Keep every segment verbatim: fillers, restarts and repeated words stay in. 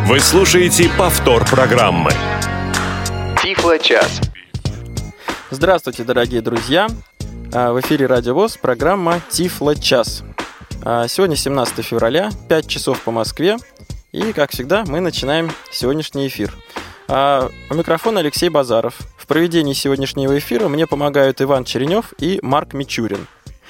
Вы слушаете повтор программы. Тифло-час. Здравствуйте, дорогие друзья! В эфире Радио ВОС, программа Тифло-час. Сегодня семнадцатое февраля, пять часов по Москве. И, как всегда, мы начинаем сегодняшний эфир. У микрофона Алексей Базаров. В проведении сегодняшнего эфира мне помогают Иван Черенев и Марк Мичурин.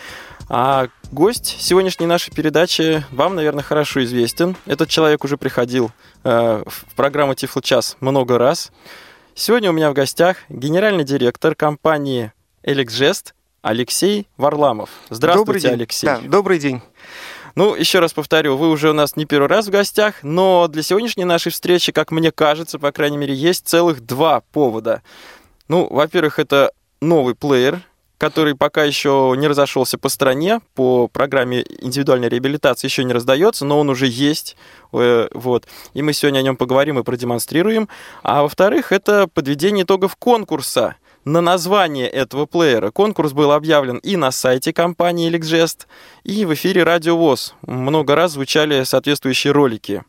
А гость сегодняшней нашей передачи вам, наверное, хорошо известен. Этот человек уже приходил э, в программу Тифло-час много раз. Сегодня у меня в гостях генеральный директор компании Эликжест Алексей Варламов. Здравствуйте, добрый день. Алексей. Да, добрый день. Ну, еще раз повторю, вы уже у нас не первый раз в гостях, но для сегодняшней нашей встречи, как мне кажется, по крайней мере, есть целых два повода. Ну, во-первых, это новый плеер, который пока еще не разошелся по стране, по программе индивидуальной реабилитации еще не раздается, но он уже есть, вот, и мы сегодня о нем поговорим и продемонстрируем. А во-вторых, это подведение итогов конкурса на название этого плеера. Конкурс был объявлен и на сайте компании Эликжест, и в эфире Радио ВОС. Много раз звучали соответствующие ролики.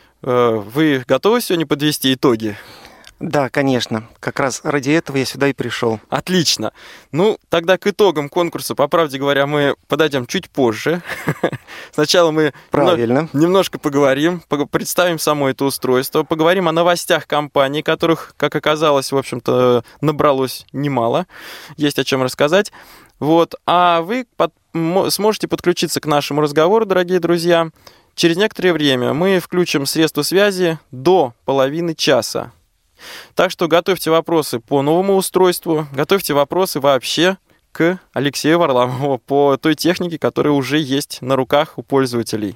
Вы готовы сегодня подвести итоги? Да, конечно. Как раз ради этого я сюда и пришел. Отлично. Ну, тогда к итогам конкурса, по правде говоря, мы подойдем чуть позже. Сначала мы Правильно. немножко поговорим, представим само это устройство, поговорим о новостях компании, которых, как оказалось, в общем-то, набралось немало. Есть о чем рассказать. Вот. А вы под... сможете подключиться к нашему разговору, дорогие друзья. Через некоторое время мы включим средства связи до половины часа. Так что готовьте вопросы по новому устройству, готовьте вопросы вообще к Алексею Варламову по той технике, которая уже есть на руках у пользователей.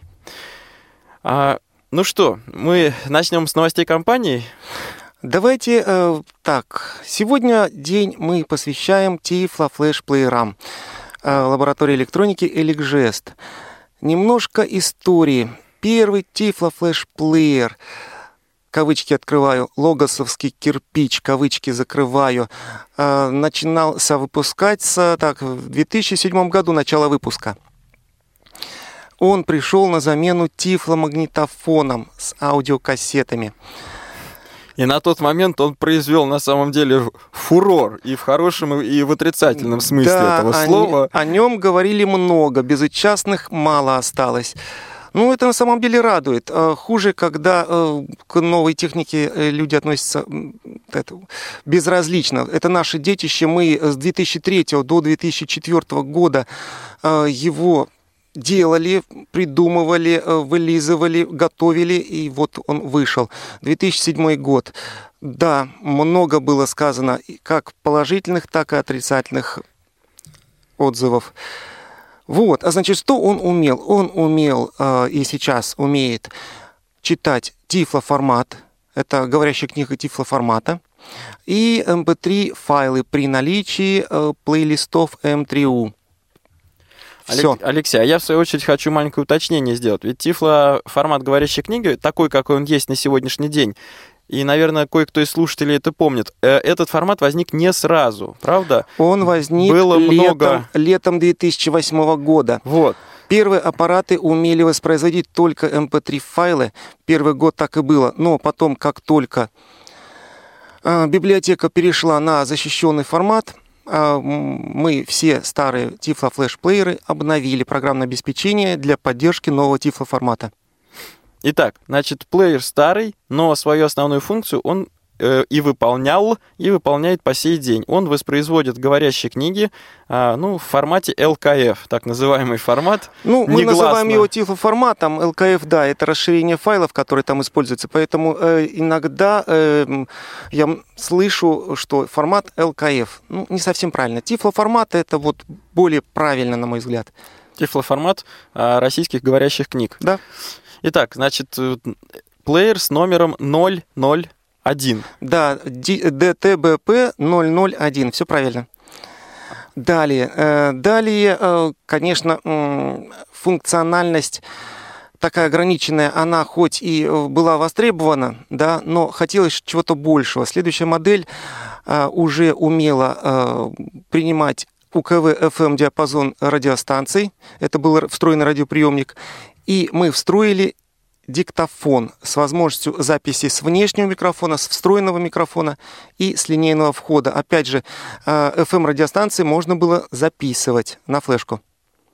А, ну что, мы начнем с новостей компании? Давайте э, так. Сегодня день мы посвящаем Тифло-флеш-плеерам э, лаборатории электроники Эликжест. Немножко истории. Первый Тифло-флеш-плеер, кавычки открываю, логосовский кирпич, кавычки закрываю, э, начинался выпускаться так, в две тысячи седьмом году, начало выпуска. Он пришел на замену тифломагнитофонам с аудиокассетами. И на тот момент он произвел на самом деле фурор и в хорошем, и в отрицательном смысле да, этого о слова. О нем говорили много, безучастных мало осталось. Ну, это на самом деле радует. Хуже, когда к новой технике люди относятся безразлично. Это наше детище. Мы с две тысячи третьего до две тысячи четвёртого года его делали, придумывали, вылизывали, готовили, и вот он вышел. две тысячи седьмой год. Да, много было сказано как положительных, так и отрицательных отзывов. Вот, а значит, что он умел? Он умел э, и сейчас умеет читать тифлоформат, это говорящая книга тифлоформата, и эм пэ три файлы при наличии э, плейлистов эм три ю. Все. Алексей, а я в свою очередь хочу маленькое уточнение сделать. Ведь тифлоформат говорящей книги, такой, какой он есть на сегодняшний день, и, наверное, кое-кто из слушателей это помнит, этот формат возник не сразу, правда? Он возник Было летом, много... летом две тысячи восьмого года. Вот. Первые аппараты умели воспроизводить только эм пэ три файлы. Первый год так и было. Но потом, как только э, библиотека перешла на защищенный формат, э, мы все старые тифло-флеш-плееры обновили программное обеспечение для поддержки нового тифло-формата. Итак, значит, плеер старый, но свою основную функцию он э, и выполнял, и выполняет по сей день. Он воспроизводит говорящие книги э, ну, в формате эл ка эф, так называемый формат. Ну, мы негласно. называем его тифлоформатом. эл ка эф, да, это расширение файлов, которые там используются. Поэтому э, иногда э, я слышу, что формат эл ка эф. Ну, не совсем правильно. Тифлоформат — это вот более правильно, на мой взгляд. Тифлоформат э, российских говорящих книг. Да. Итак, значит, плеер с номером ноль ноль один. Да, ди ти би пи ноль ноль один, все правильно. Далее, далее, конечно, функциональность такая ограниченная, она хоть и была востребована, да, но хотелось чего-то большего. Следующая модель уже умела принимать у ка вэ эф эм диапазон радиостанций. Это был встроенный радиоприемник. И мы встроили диктофон с возможностью записи с внешнего микрофона, с встроенного микрофона и с линейного входа. Опять же, эф эм-радиостанции можно было записывать на флешку.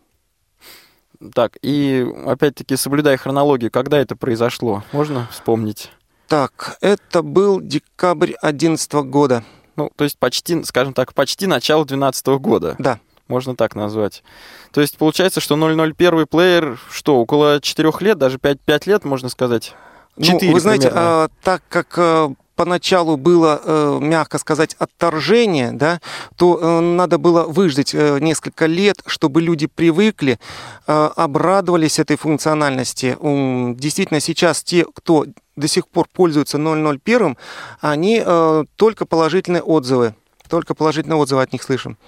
Так, и опять-таки, соблюдая хронологию, когда это произошло, можно вспомнить? Так, это был декабрь две тысячи одиннадцатого года. Ну, то есть почти, скажем так, почти начало две тысячи двенадцатого года. Да. Можно так назвать. То есть получается, что ноль ноль один плеер, что, около четырех лет, даже пять лет, можно сказать? четыре, ну, вы знаете, а, так как а, поначалу было, а, мягко сказать, отторжение, да, то а, надо было выждать а, несколько лет, чтобы люди привыкли, а, обрадовались этой функциональности. Um, действительно, сейчас те, кто до сих пор пользуются ноль ноль один, они а, только положительные отзывы, только положительные отзывы от них слышим.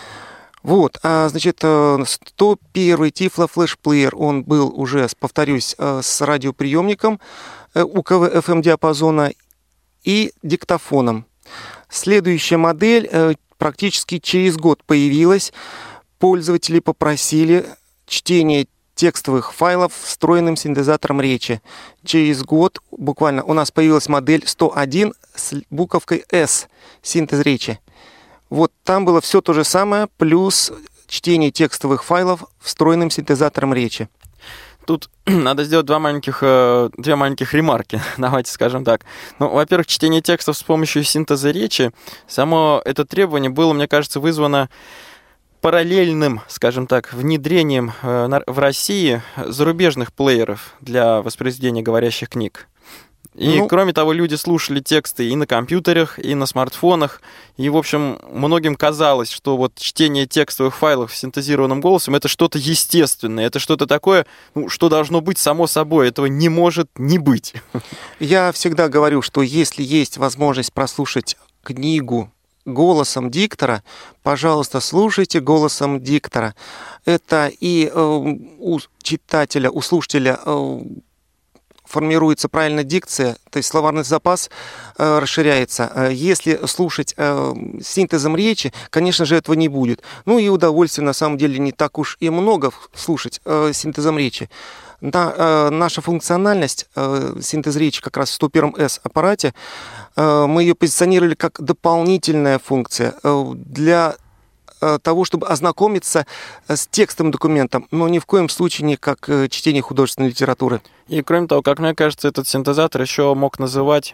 Вот, а, значит, сто первый Tiflo Flash Player, он был уже, повторюсь, с радиоприемником у ка вэ эф эм диапазона и диктофоном. Следующая модель практически через год появилась. Пользователи попросили чтение текстовых файлов встроенным синтезатором речи. Через год буквально у нас появилась модель сто один с буковкой S, синтез речи. Вот там было все то же самое, плюс чтение текстовых файлов встроенным синтезатором речи. Тут надо сделать два маленьких, две маленьких ремарки, давайте скажем так. Ну, во-первых, чтение текстов с помощью синтеза речи, само это требование было, мне кажется, вызвано параллельным, скажем так, внедрением в России зарубежных плееров для воспроизведения говорящих книг. И, ну, кроме того, люди слушали тексты и на компьютерах, и на смартфонах. И, в общем, многим казалось, что вот чтение текстовых файлов синтезированным голосом — это что-то естественное, это что-то такое, ну, что должно быть само собой. Этого не может не быть. Я всегда говорю, что если есть возможность прослушать книгу голосом диктора, пожалуйста, слушайте голосом диктора. Это и э, у читателя, у слушателя э, формируется правильная дикция, то есть словарный запас э, расширяется. Если слушать э, синтезом речи, конечно же, этого не будет. Ну и удовольствия на самом деле не так уж и много слушать э, синтезом речи. На, э, наша функциональность, э, синтез речи как раз в сто первом эс аппарате, э, мы ее позиционировали как дополнительная функция э, для того, чтобы ознакомиться с текстовым документом, но ни в коем случае не как чтение художественной литературы. И кроме того, как мне кажется, этот синтезатор еще мог называть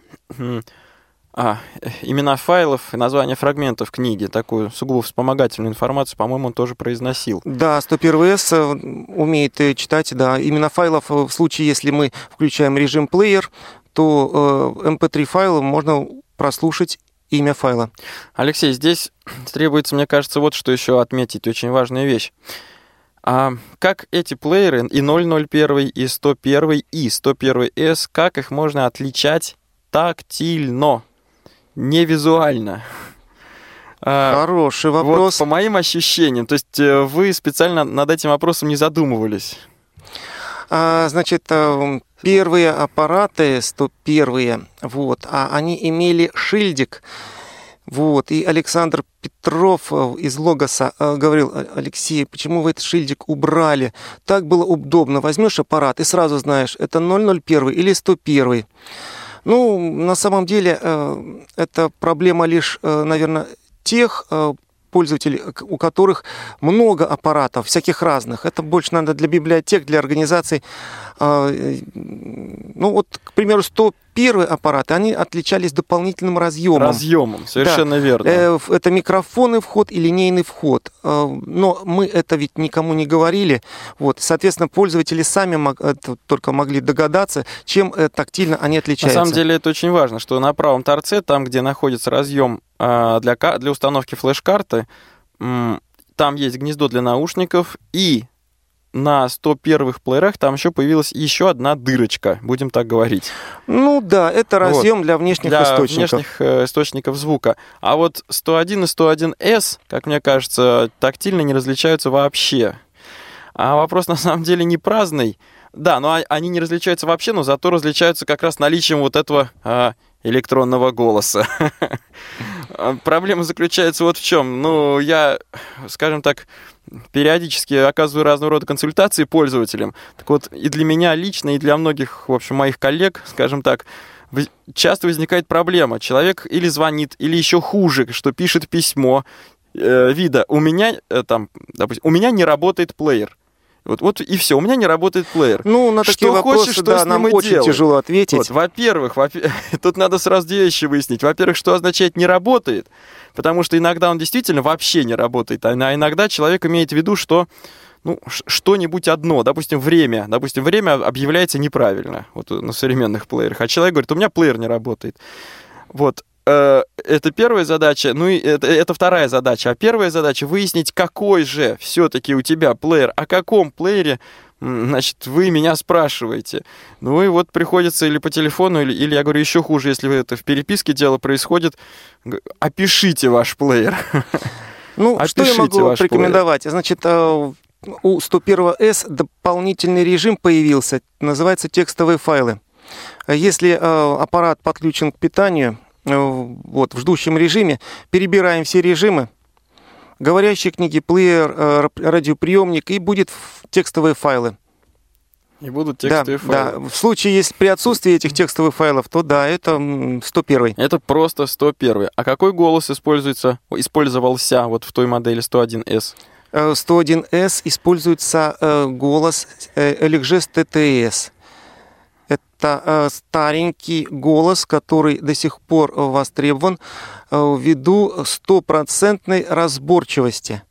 а, имена файлов и названия фрагментов книги. Такую сугубо вспомогательную информацию, по-моему, он тоже произносил. Да, сто первый эс умеет читать, да, имена файлов в случае, если мы включаем режим плеер, то эм пэ три файл можно прослушать имя файла. Алексей, здесь требуется, мне кажется, вот что еще отметить, очень важная вещь. А как эти плееры, и ноль ноль один, и сто один, и сто один эс, как их можно отличать тактильно, не визуально? Хороший вопрос. Вот по моим ощущениям, то есть вы специально над этим вопросом не задумывались? А, значит, первые аппараты, сто первые, вот, а они имели шильдик. Вот, и Александр Петров из Логоса говорил: Алексей, почему вы этот шильдик убрали? Так было удобно. Возьмешь аппарат и сразу знаешь, это ноль ноль один или сто один. Ну, на самом деле, это проблема лишь, наверное, тех пользователей, у которых много аппаратов, всяких разных. Это больше надо для библиотек, для организаций. Ну вот, к примеру, сто первые аппараты, они отличались дополнительным разъемом. Разъемом, совершенно да. верно. Это микрофонный вход и линейный вход. Но мы это ведь никому не говорили. Вот. Соответственно, пользователи сами мог, только могли догадаться, чем тактильно они отличаются. На самом деле это очень важно, что на правом торце, там, где находится разъем для, для установки флеш-карты, там есть гнездо для наушников, и на сто первых плеерах там еще появилась еще одна дырочка, будем так говорить. Ну да, это разъем вот, для внешних для источников. внешних источников звука. А вот сто один и сто один эс, как мне кажется, тактильно не различаются вообще. А вопрос на самом деле не праздный. Да, но они не различаются вообще, но зато различаются как раз наличием вот этого а, электронного голоса. Проблема заключается вот в чем. Ну, я, скажем так, периодически оказываю разного рода консультации пользователям. Так вот, и для меня лично, и для многих, в общем, моих коллег, скажем так, часто возникает проблема. Человек или звонит, или еще хуже, что пишет письмо э, вида «У меня, э, там, допустим, у меня не работает плеер». Вот, вот и все, у меня не работает плеер. Ну, на такие что вопросы, хочешь, что да, с ним нам и очень делай. тяжело ответить. Вот, во-первых, во тут надо сразу две вещи выяснить. Во-первых, что означает «не работает», потому что иногда он действительно вообще не работает, а иногда человек имеет в виду, что ну, что-нибудь одно, допустим, время. Допустим, время объявляется неправильно вот на современных плеерах, а человек говорит, у меня плеер не работает. Вот. Это первая задача, ну и это, это вторая задача. А первая задача выяснить, какой же все-таки у тебя плеер, о каком плеере, значит, вы меня спрашиваете. Ну и вот приходится или по телефону, или, или я говорю, еще хуже, если это в переписке дело происходит, опишите ваш плеер. Ну, что я могу порекомендовать? Значит, у сто один эс дополнительный режим появился, называется текстовые файлы. Если аппарат подключен к питанию, вот, в ждущем режиме, перебираем все режимы, говорящие книги, плеер, радиоприемник, и будет текстовые файлы. И будут текстовые да, файлы. Да. В случае, если при отсутствии этих текстовых файлов, то да, это сто один. Это просто сто один. А какой голос используется, использовался вот в той модели сто один эс? сто один эс используется голос Elegest ти ти эс. Это э, старенький голос, который до сих пор востребован э, ввиду стопроцентной разборчивости.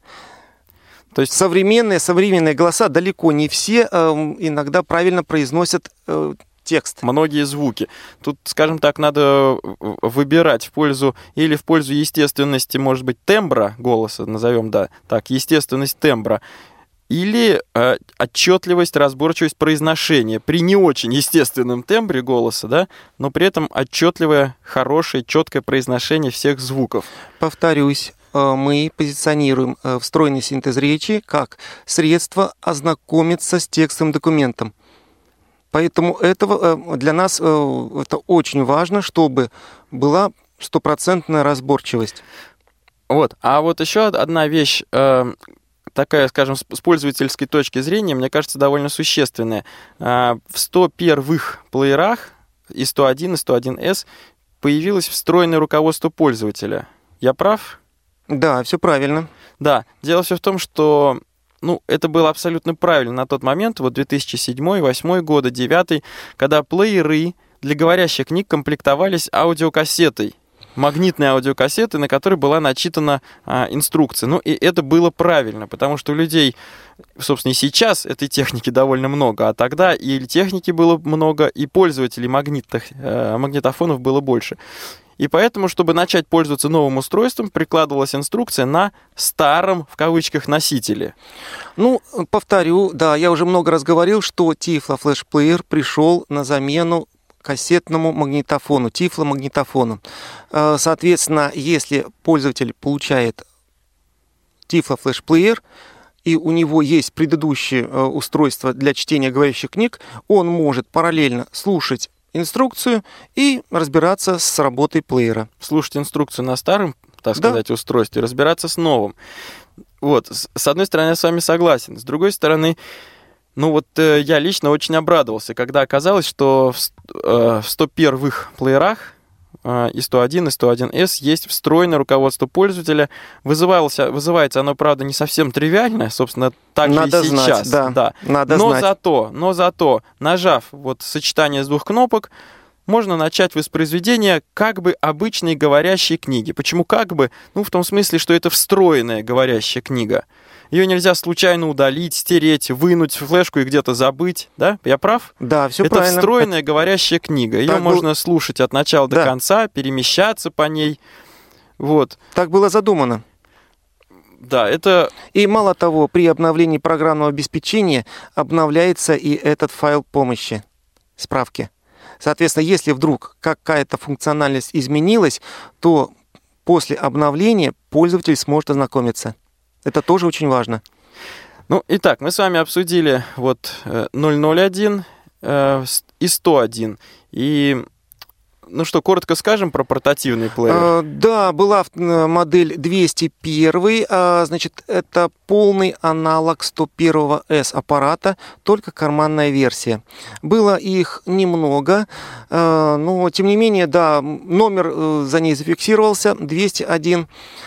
То есть современные, современные голоса далеко не все э, иногда правильно произносят э, текст. Многие звуки. Тут, скажем так, надо выбирать в пользу или в пользу естественности, может быть, тембра голоса, назовем, да, так, естественность тембра, или э, отчетливость, разборчивость произношения при не очень естественном тембре голоса, да, но при этом отчетливое, хорошее, четкое произношение всех звуков. Повторюсь, э, мы позиционируем э, встроенный синтез речи как средство ознакомиться с текстовым документом. Поэтому этого, э, для нас э, это очень важно, чтобы была стопроцентная разборчивость. Вот. А вот еще одна вещь, э, такая, скажем, с пользовательской точки зрения, мне кажется, довольно существенная. В сто первых плеерах и сто один, и сто один эс появилось встроенное руководство пользователя. Я прав? Да, все правильно. Да. Дело все в том, что ну, это было абсолютно правильно на тот момент, вот две тысячи седьмой, две тысячи восьмой года, две тысячи девятый, когда плееры для говорящих книг комплектовались аудиокассетой. Магнитной аудиокассеты, на которой была начитана а, инструкция. Ну, и это было правильно, потому что у людей, собственно, и сейчас этой техники довольно много, а тогда и техники было много, и пользователей магнитных, э, магнитофонов было больше. И поэтому, чтобы начать пользоваться новым устройством, прикладывалась инструкция на старом, в кавычках, носителе. Ну, повторю, да, я уже много раз говорил, что Tiflo Flash Player пришел на замену кассетному магнитофону, тифломагнитофону. Соответственно, если пользователь получает Tiflo Flash Player, и у него есть предыдущее устройство для чтения говорящих книг, он может параллельно слушать инструкцию и разбираться с работой плеера. Слушать инструкцию на старом, так сказать, да. устройстве, разбираться с новым. Вот, с одной стороны, я с вами согласен. С другой стороны, ну вот э, я лично очень обрадовался, когда оказалось, что в, э, в сто первых плеерах э, и сто один, и сто один эс есть встроенное руководство пользователя. Вызывалось, вызывается оно, правда, не совсем тривиально, собственно, так надо же и сейчас. Знать, да. Да. Надо но, знать. Зато, но зато, нажав вот сочетание с двух кнопок, можно начать воспроизведение как бы обычной говорящей книги. Почему как бы? Ну, в том смысле, что это встроенная говорящая книга. Ее нельзя случайно удалить, стереть, вынуть флешку и где-то забыть, да? Я прав? Да, все это правильно. Это встроенная говорящая книга. Ее так можно был... слушать от начала да. до конца, перемещаться по ней. Вот. Так было задумано. Да, это... И мало того, при обновлении программного обеспечения обновляется и этот файл помощи, справки. Соответственно, если вдруг какая-то функциональность изменилась, то после обновления пользователь сможет ознакомиться. Это тоже очень важно. Ну, итак, мы с вами обсудили вот ноль ноль один э, и сто один. И ну что, коротко скажем про портативный плеер? А, да, была модель двести один, а, значит, это полный аналог сто один эс аппарата, только карманная версия. Было их немного, а, но тем не менее, да, номер за ней зафиксировался, двести один.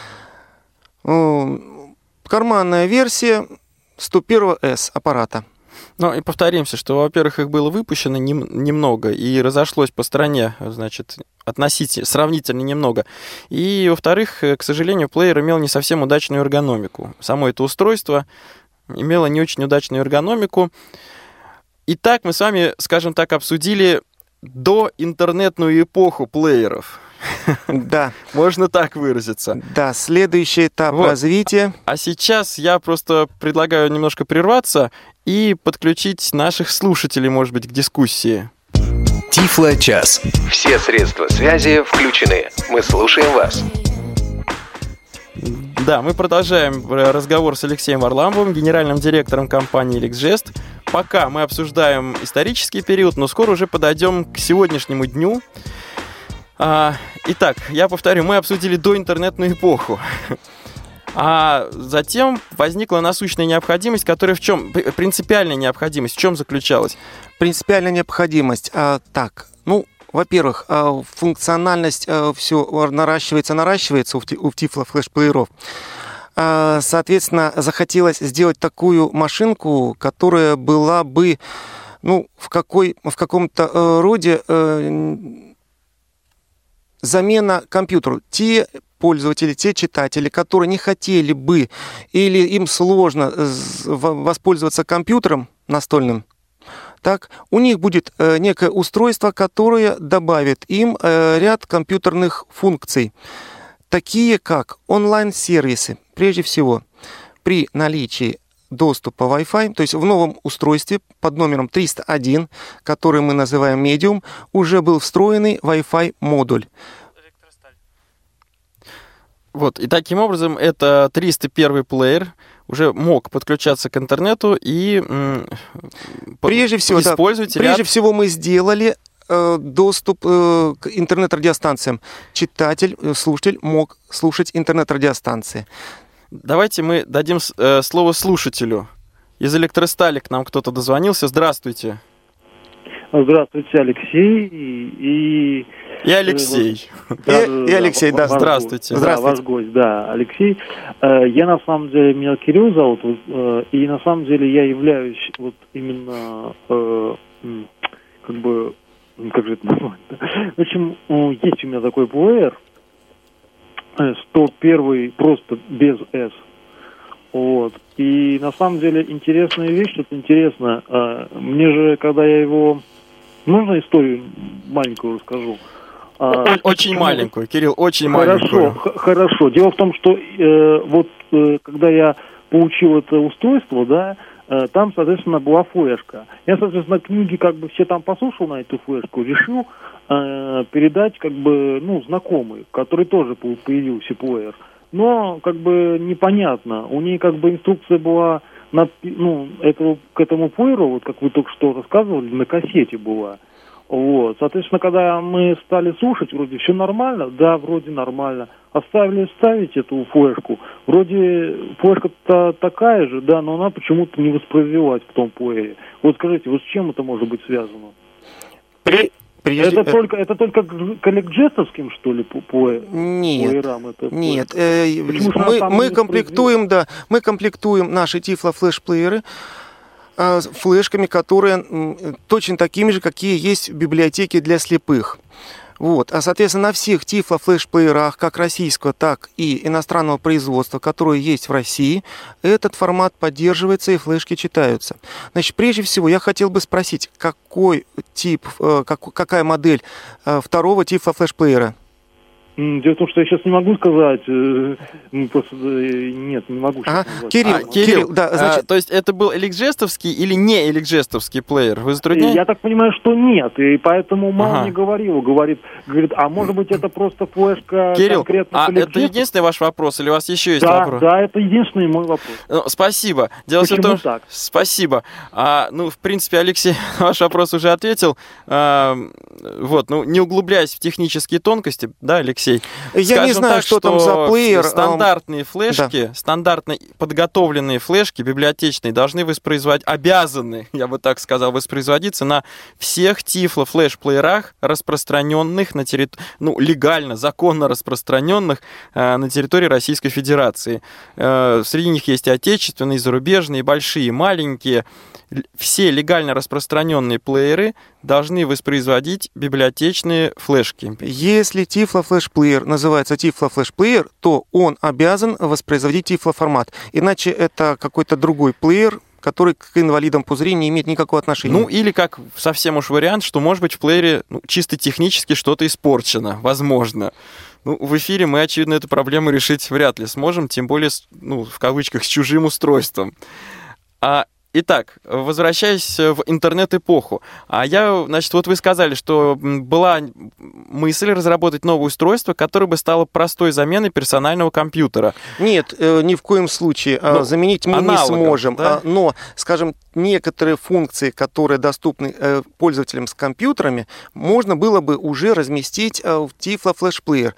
А, карманная версия сто один эс аппарата. Ну и повторимся, что, во-первых, их было выпущено нем- немного и разошлось по стране, значит, относительно, сравнительно немного. И, во-вторых, к сожалению, плеер имел не совсем удачную эргономику. Само это устройство имело не очень удачную эргономику. Итак, мы с вами, скажем так, обсудили доинтернетную эпоху плееров. Да. Можно так выразиться. Да, следующий этап вот. развития. А сейчас я просто предлагаю немножко прерваться и подключить наших слушателей, может быть, к дискуссии. Тифло-час. Все средства связи включены. Мы слушаем вас. Да, мы продолжаем разговор с Алексеем Варламовым, генеральным директором компании LixGest. Пока мы обсуждаем исторический период, но скоро уже подойдем к сегодняшнему дню. А, итак, я повторю, мы обсудили доинтернетную эпоху. А затем возникла насущная необходимость, которая в чем? Принципиальная необходимость в чем заключалась? Принципиальная необходимость. А, так, ну, во-первых, а, функциональность а, все наращивается, наращивается у, у Tiflo флеш-плееров. А, соответственно, захотелось сделать такую машинку, которая была бы, ну, в, какой, в каком-то а, роде а, замена компьютеру. Те пользователи, те читатели, которые не хотели бы или им сложно воспользоваться компьютером настольным, так, у них будет э, некое устройство, которое добавит им э, ряд компьютерных функций, такие как онлайн-сервисы. Прежде всего, при наличии доступа Wi-Fi, то есть в новом устройстве под номером триста один, который мы называем Medium, уже был встроенный Wi-Fi модуль. Вот, и таким образом это триста один плеер уже мог подключаться к интернету и м, прежде всего, использовать да, ряд... Прежде всего мы сделали э, доступ э, к интернет-радиостанциям. Читатель, э, слушатель мог слушать интернет-радиостанции. Давайте мы дадим э, слово слушателю. Из Электростали к нам кто-то дозвонился. Здравствуйте. Здравствуйте, Алексей. И, и... И Алексей. Да, и, и Алексей, да. Здравствуйте. Да, Здравствуйте. ваш гость, да, Алексей. Я на самом деле, меня Кирилл зовут, и на самом деле я являюсь вот именно, как бы, как же это назвать? В общем, есть у меня такой плеер, сто один, просто без S. Вот. И на самом деле интересная вещь, что-то интересно. Мне же, когда я его... Можно историю маленькую расскажу? Очень маленькую, Кирилл, очень хорошо, маленькую. Х- хорошо. Дело в том, что э, вот э, когда я получил это устройство, да, э, там, соответственно, была флешка. Я, соответственно, книги как бы все там послушал на эту флешку, решил э, передать как бы, ну, знакомый, который тоже появился плеер. Но как бы непонятно. У ней как бы инструкция была на, ну, этого, к этому плееру, вот как вы только что рассказывали, на кассете была. Вот. Соответственно, когда мы стали слушать, вроде все нормально, да, вроде нормально. Оставили ставить эту флешку. Вроде флешка-то такая же, да, но она почему-то не воспроизвелась в том плеере. Вот скажите, вот с чем это может быть связано? При... Прежде... Это, только, это только к электджестовским, что ли, плеерам? Нет, это нет. Э, мы, мы комплектуем, да, мы комплектуем наши Tiflo флеш-плееры э, флешками, которые э, точно такими же, какие есть в библиотеке для слепых. Вот. А, соответственно, на всех Tiflo флеш-плеерах, как российского, так и иностранного производства, которые есть в России, этот формат поддерживается и флешки читаются. Значит, прежде всего, я хотел бы спросить, какой тип, как, какая модель второго Tiflo флеш-плеера? Дело в том, что я сейчас не могу сказать. Просто, нет, не могу сейчас ага. Кирилл, а, Кирилл, Кирилл, да, значит... а, то есть это был эликджестовский или не эликджестовский плеер? Вы затрудняете? Я так понимаю, что нет, и поэтому мама ага. мне говорила. Говорит, говорит, а может быть это просто флешка Кирилл, конкретно а это единственный ваш вопрос или у вас еще есть да, вопрос? Да, это единственный мой вопрос. Ну, спасибо. Дело Почему в том, так? Спасибо. А, ну, в принципе, Алексей на ваш вопрос уже ответил. А, вот, ну, не углубляясь в технические тонкости, да, Алексей? Я не знаю, так, что там за плеер. Стандартные флешки, да. стандартно подготовленные флешки библиотечные должны воспроизводить, обязаны, я бы так сказал, воспроизводиться на всех Тифло флеш-плеерах, распространенных на территории, ну, легально, законно распространенных э, на территории Российской Федерации. Э, среди них есть и отечественные, и зарубежные, и большие, и маленькие. Все легально распространенные плееры должны воспроизводить библиотечные флешки. Если Тифло флеш-плеер называется Тифло флеш-плеер, то он обязан воспроизводить Тифло формат. Иначе это какой-то другой плеер, который к инвалидам по зрению не имеет никакого отношения. Ну, или как совсем уж вариант, что, может быть, в плеере ну, чисто технически что-то испорчено. Возможно. Ну, в эфире мы, очевидно, эту проблему решить вряд ли сможем, тем более, ну, в кавычках, с чужим устройством. А Итак, возвращаясь в интернет-эпоху, а я, значит, вот вы сказали, что была мысль разработать новое устройство, которое бы стало простой заменой персонального компьютера. Нет, э, ни в коем случае. Ну, заменить мы аналогов, не сможем. Да? Но, скажем, некоторые функции, которые доступны э, пользователям с компьютерами, можно было бы уже разместить э, в Тифло флеш-плеер.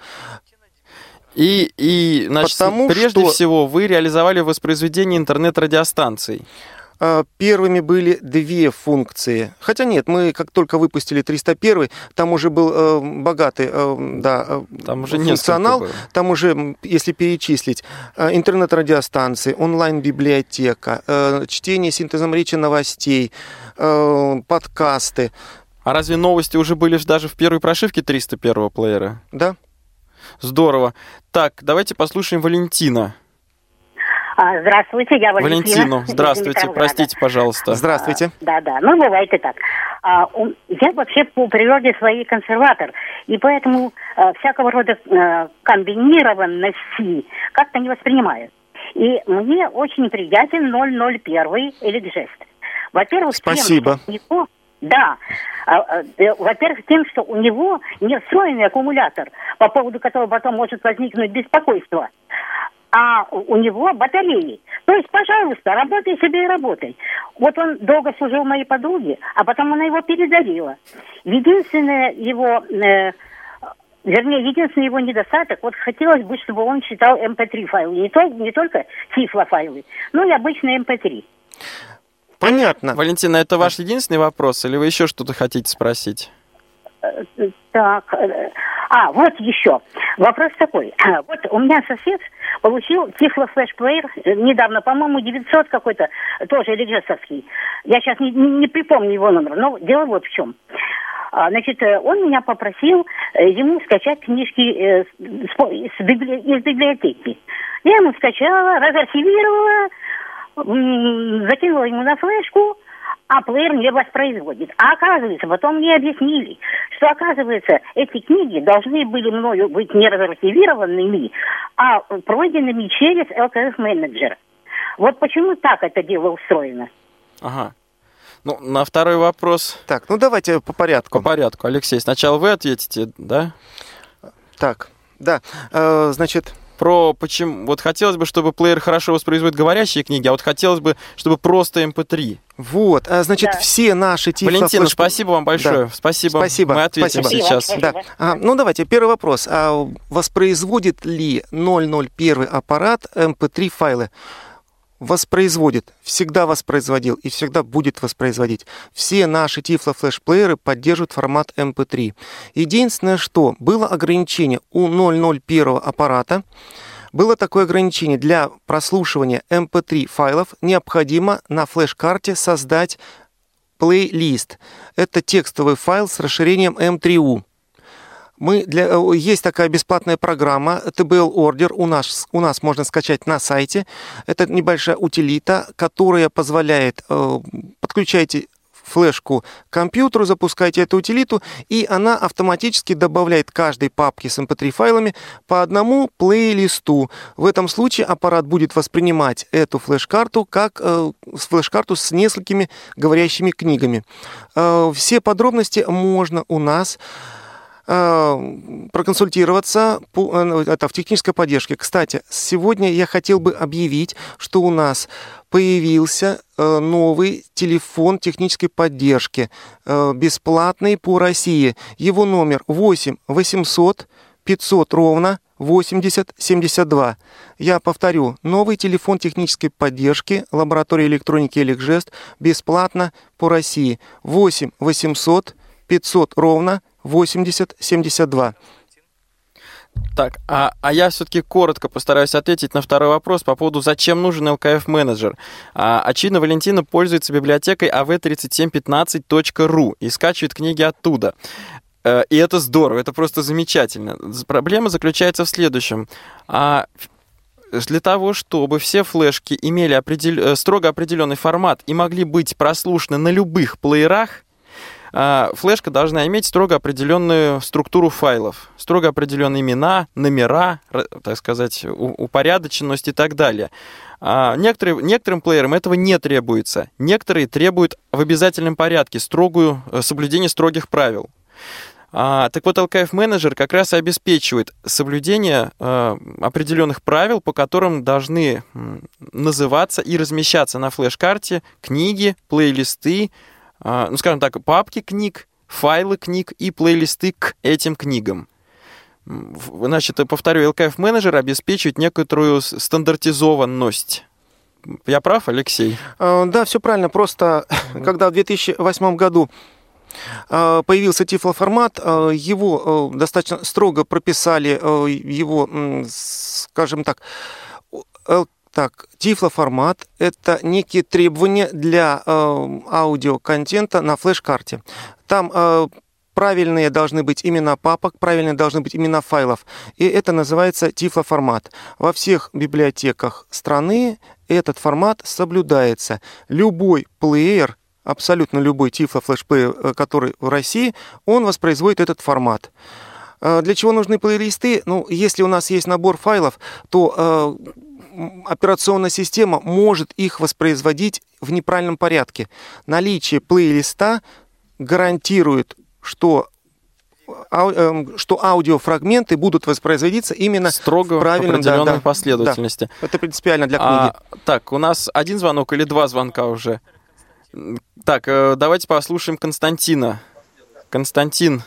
И, и значит, Потому прежде что... всего вы реализовали воспроизведение интернет-радиостанций. Первыми были две функции. Хотя нет, мы как только выпустили триста один, там уже был э, богатый э, да, там уже функционал. Там уже, если перечислить, э, интернет-радиостанции, онлайн-библиотека, э, чтение синтезом речи новостей, э, подкасты. А разве новости уже были даже в первой прошивке триста первого плеера? Да. Здорово. Так, давайте послушаем Валентина. Здравствуйте, я Валентина. Валентину, здравствуйте, простите, пожалуйста. Здравствуйте. Да, да, ну бывает и так. Я вообще по природе своей консерватор, и поэтому всякого рода комбинированности как-то не воспринимаю. И мне очень приятен ноль ноль один эликджест. Во-первых, спасибо. Тем, что у него, да, во-первых, тем, что у него не встроенный аккумулятор, по поводу которого потом может возникнуть беспокойство. А у него батареи. То есть, пожалуйста, работай себе и работай. Вот он долго служил моей подруге, а потом она его передарила. Единственное его, э, вернее, единственный его недостаток, вот хотелось бы, чтобы он читал эм пэ три файлы. Не, то, не только Тифло файлы, но и обычные эм пэ три. Понятно. Валентина, это ваш единственный вопрос, или вы еще что-то хотите спросить? Так, а, вот еще. Вопрос такой. Вот у меня сосед получил Тифло флеш-плеер недавно, по-моему, девятьсот какой-то, тоже эликджестовский. Я сейчас не, не, не припомню его номер, но дело вот в чем. Значит, он меня попросил ему скачать книжки из библиотеки. Я ему скачала, разархивировала, закинула ему на флешку, а плеер не воспроизводит. А оказывается, потом мне объяснили, что, оказывается, эти книги должны были мною быть не разархивированными, а пройденными через эл ка эф-менеджер. Вот почему так это дело устроено? Ага. Ну, на второй вопрос... Так, ну давайте по порядку. По порядку. Алексей, сначала вы ответите, да? Так, да, э, значит... Про почему... Вот хотелось бы, чтобы плеер хорошо воспроизводит говорящие книги, а вот хотелось бы, чтобы просто эм пэ три. Вот, значит, да. Все наши Тифло Валентина, флеш... спасибо вам большое. Да. Спасибо. Спасибо. Мы ответим спасибо. сейчас. Спасибо. Да. А, ну, давайте, первый вопрос. А воспроизводит ли ноль ноль один аппарат эм пэ три файлы? Воспроизводит, всегда воспроизводил и всегда будет воспроизводить. Все наши Тифло флеш-плееры поддерживают формат эм пэ три. Единственное, что было ограничение у ноль ноль один аппарата, было такое ограничение: для прослушивания эм пэ три файлов необходимо на флеш-карте создать плейлист. Это текстовый файл с расширением эм три ю. Мы для, есть такая бесплатная программа ти би эл Order, у нас, у нас можно скачать на сайте. Это небольшая утилита, которая позволяет, э, подключайте флешку к компьютеру, запускаете эту утилиту, и она автоматически добавляет к каждой папке с эм пэ три файлами по одному плейлисту. В этом случае аппарат будет воспринимать эту флеш-карту как э, флеш-карту с несколькими говорящими книгами. Э, все подробности можно у нас проконсультироваться по, это, в технической поддержке. Кстати, сегодня я хотел бы объявить, что у нас появился новый телефон технической поддержки, бесплатный по России. Его номер восемь восемьсот пятьсот ровно восемьдесят семьдесят два. Я повторю, новый телефон технической поддержки лаборатории электроники Эликжест бесплатно по России. восемь восемьсот пятьсот ровно восемьдесят семьдесят два. Так, а, а я все-таки коротко постараюсь ответить на второй вопрос по поводу, зачем нужен эл ка эф-менеджер. А, очевидно, Валентина пользуется библиотекой эй ви три семь один пять точка ру и скачивает книги оттуда. И это здорово, это просто замечательно. Проблема заключается в следующем. А для того, чтобы все флешки имели определ... строго определенный формат и могли быть прослушаны на любых плеерах, флешка должна иметь строго определенную структуру файлов, строго определенные имена, номера, так сказать, упорядоченность и так далее. Некоторые, некоторым плеерам этого не требуется. Некоторые требуют в обязательном порядке строгую, соблюдение строгих правил. А, так вот, эл ка эф-менеджер как раз и обеспечивает соблюдение э, определенных правил, по которым должны называться и размещаться на флеш-карте книги, плейлисты, ну, скажем так, папки книг, файлы книг и плейлисты к этим книгам. Значит, повторю, эл ка эф-менеджер обеспечивает некоторую стандартизованность. Я прав, Алексей? Да, все правильно. Просто, когда в две тысячи восьмом году появился тифлоформат, его достаточно строго прописали, его, скажем так, Так, тифлоформат – это некие требования для э, аудиоконтента на флеш-карте. Там э, правильные должны быть имена папок, правильные должны быть имена файлов. И это называется тифлоформат. Во всех библиотеках страны этот формат соблюдается. Любой плеер, абсолютно любой тифло-флешплеер, который в России, он воспроизводит этот формат. Для чего нужны плейлисты? Ну, если у нас есть набор файлов, то э, операционная система может их воспроизводить в неправильном порядке. Наличие плейлиста гарантирует, что, ау, э, что аудиофрагменты будут воспроизводиться именно строго в правильном, определенной да, да, последовательности. Да. Это принципиально для книги. А, так, у нас один звонок или два звонка уже? Так, э, давайте послушаем Константина. Константин.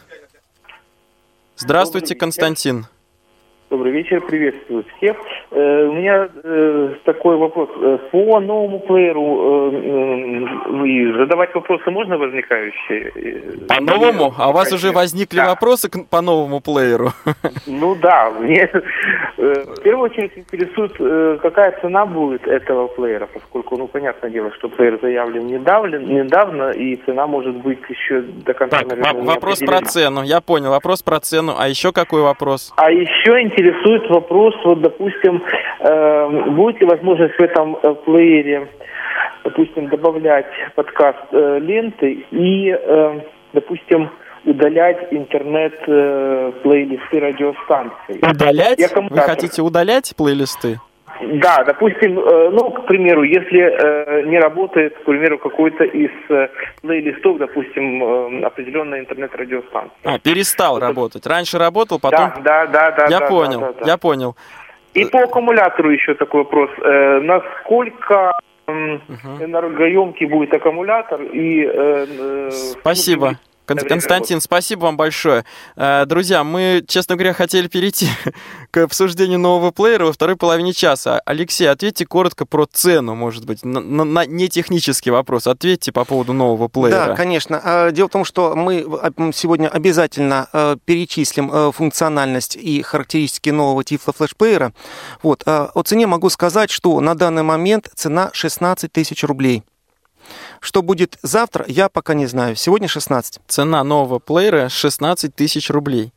Здравствуйте, Константин. Добрый вечер, приветствую всех. Э, у меня э, такой вопрос. По новому плееру э, э, задавать вопросы можно возникающие? По новому? А у вас уже возникли да. вопросы к, по новому плееру? Ну да. Мне э, в первую очередь интересует, э, какая цена будет этого плеера, поскольку, ну, понятное дело, что плеер заявлен недавно, недавно и цена может быть еще до конца, так, наверное, вопрос про цену. Я понял, вопрос про цену. А еще какой вопрос? А еще интересно, Интересует вопрос, вот, допустим, э, будет ли возможность в этом э, плеере, допустим, добавлять подкаст э, ленты и, э, допустим, удалять интернет-плейлисты э, радиостанций. Удалять? Вы хотите удалять плейлисты? Да, допустим, э, ну, к примеру, если э, не работает, к примеру, какой-то из э, плейлистов, допустим, э, определенная интернет-радиостанция. А, перестал Это... работать. Раньше работал, потом... Да, да, да. да я да, понял, да, да, да. я понял. И по аккумулятору еще такой вопрос. Э, насколько э, угу. энергоемкий будет аккумулятор? И, э, э, Спасибо. Константин, спасибо вам большое. Друзья, мы, честно говоря, хотели перейти к обсуждению нового плеера во второй половине часа. Алексей, ответьте коротко про цену, может быть, на, на не технический вопрос. Ответьте по поводу нового плеера. Да, конечно. Дело в том, что мы сегодня обязательно перечислим функциональность и характеристики нового тифло-флешплеера. Вот. О цене могу сказать, что на данный момент цена шестнадцать тысяч рублей. Что будет завтра, я пока не знаю. Сегодня шестнадцать. Цена нового плеера шестнадцать тысяч рублей.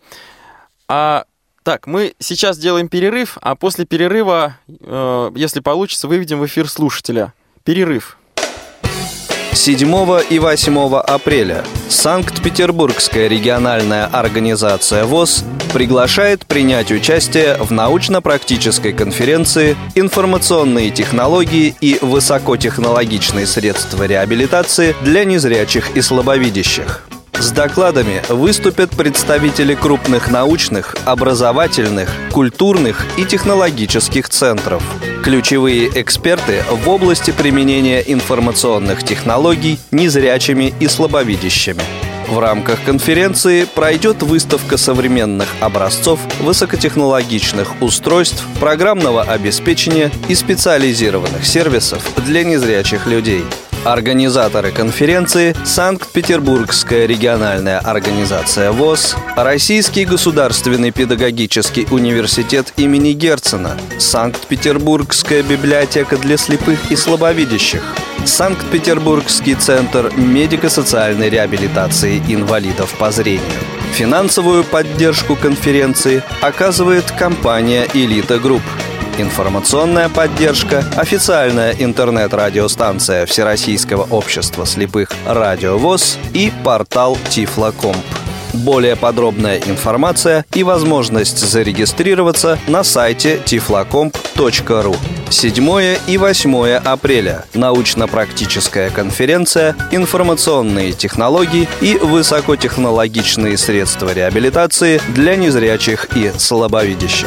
А, так, мы сейчас делаем перерыв, а после перерыва, э, если получится, выведем в эфир слушателя. Перерыв. седьмого и восьмого апреля Санкт-Петербургская региональная организация ВОС приглашает принять участие в научно-практической конференции «Информационные технологии и высокотехнологичные средства реабилитации для незрячих и слабовидящих». С докладами выступят представители крупных научных, образовательных, культурных и технологических центров. Ключевые эксперты в области применения информационных технологий незрячими и слабовидящими. В рамках конференции пройдет выставка современных образцов высокотехнологичных устройств, программного обеспечения и специализированных сервисов для незрячих людей. Организаторы конференции – Санкт-Петербургская региональная организация ВОС, Российский государственный педагогический университет имени Герцена, Санкт-Петербургская библиотека для слепых и слабовидящих, Санкт-Петербургский центр медико-социальной реабилитации инвалидов по зрению. Финансовую поддержку конференции оказывает компания «Элита Групп». Информационная поддержка, официальная интернет-радиостанция Всероссийского общества слепых «Радио ВОС» и портал Тифлокомп. Более подробная информация и возможность зарегистрироваться на сайте тифлокомп точка ру. седьмого и восьмого апреля. Научно-практическая конференция «Информационные технологии и высокотехнологичные средства реабилитации для незрячих и слабовидящих».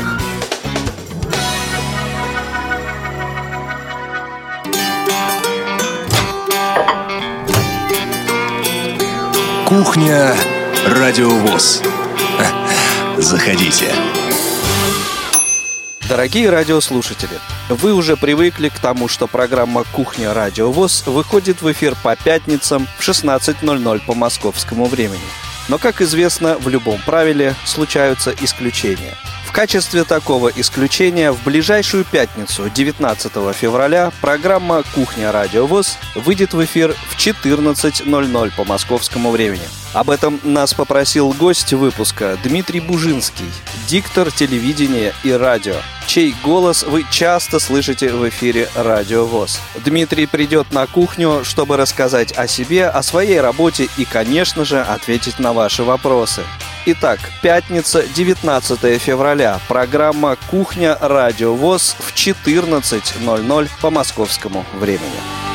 Кухня Радио ВОС. Заходите. Дорогие радиослушатели, вы уже привыкли к тому, что программа «Кухня Радио ВОС» выходит в эфир по пятницам в шестнадцать ноль ноль по московскому времени. Но, как известно, в любом правиле случаются исключения. В качестве такого исключения в ближайшую пятницу, девятнадцатого февраля, программа «Кухня Радио ВОС» выйдет в эфир в четырнадцать ноль ноль по московскому времени. Об этом нас попросил гость выпуска Дмитрий Бужинский, диктор телевидения и радио, чей голос вы часто слышите в эфире Радио ВОС. Дмитрий придет на кухню, чтобы рассказать о себе, о своей работе и, конечно же, ответить на ваши вопросы. Итак, пятница, девятнадцатого февраля, программа «Кухня Радио ВОС» в четырнадцать ноль ноль по московскому времени.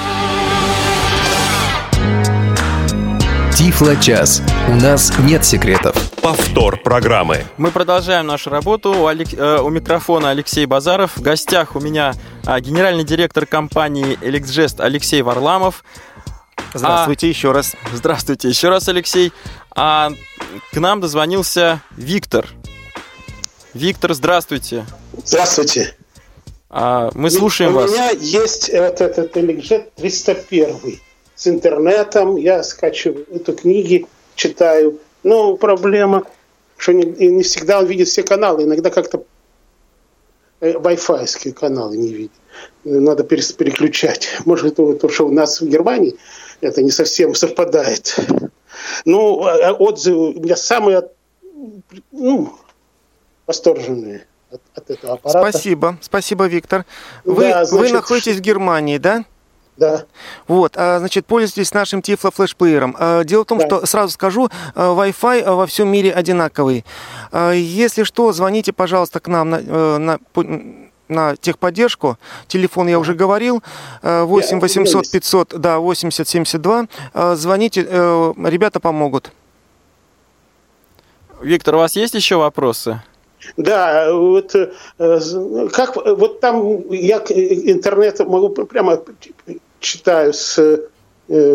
Тифло-час. У нас нет секретов. Повтор программы. Мы продолжаем нашу работу. У, Алек... э, у микрофона Алексей Базаров. В гостях у меня э, генеральный директор компании «Эликсжест» Алексей Варламов. Здравствуйте а... еще раз. Здравствуйте еще раз, Алексей. А к нам дозвонился Виктор. Виктор, здравствуйте. Здравствуйте. А, мы слушаем у вас. У меня есть вот этот Эликсжест триста один с интернетом. Я скачиваю эту книги, читаю. Но проблема, что не, не всегда он видит все каналы. Иногда как-то Wi-Fi-ские каналы не видит. Надо переключать. Может, это то, что у нас в Германии это не совсем совпадает. Ну, отзывы у меня самые, ну, восторженные от, от этого аппарата. Спасибо, спасибо, Виктор. Вы, да, значит, вы находитесь в Германии, да? Да. Вот, значит, пользуйтесь нашим Тифло-флешплеером. Дело в том, да. что, сразу скажу, Wi-Fi во всем мире одинаковый. Если что, звоните, пожалуйста, к нам на, на, на техподдержку. Телефон я уже говорил. восемь восемьсот пятьсот, да, восемьдесят семьдесят два. Звоните, ребята помогут. Виктор, у вас есть еще вопросы? Да, вот как вот там я интернет могу прямо читаю с, э,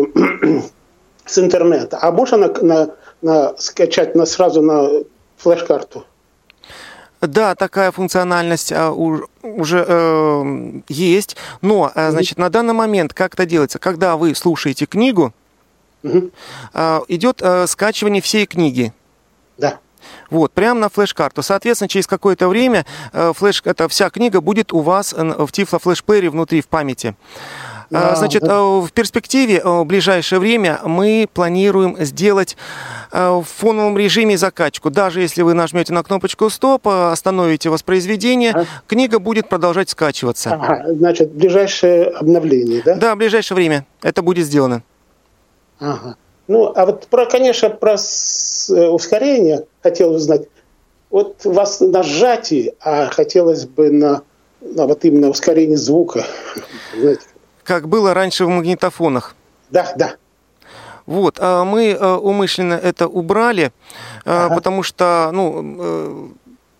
с интернета, а можно на, на, на скачать на, сразу на флеш-карту? Да, такая функциональность а, у, уже э, есть, но, а, значит, на данный момент как это делается? Когда вы слушаете книгу, угу. а, идет а, скачивание всей книги. Да. Вот, прямо на флеш-карту. Соответственно, через какое-то время э, флеш, эта вся книга будет у вас в Тифло-флешплеере внутри, в памяти. Да, Значит, да. в перспективе, в ближайшее время мы планируем сделать в фоновом режиме закачку. Даже если вы нажмете на кнопочку «Стоп», остановите воспроизведение, а? книга будет продолжать скачиваться. Ага, значит, ближайшее обновление, да? Да, в ближайшее время это будет сделано. Ага. Ну, а вот про, конечно, про с, э, ускорение хотел узнать. Вот у вас на сжатии, а хотелось бы на, на вот именно ускорение звука. Знаете. Как было раньше в магнитофонах. Да, да. Вот, а мы умышленно это убрали, ага. потому что, ну,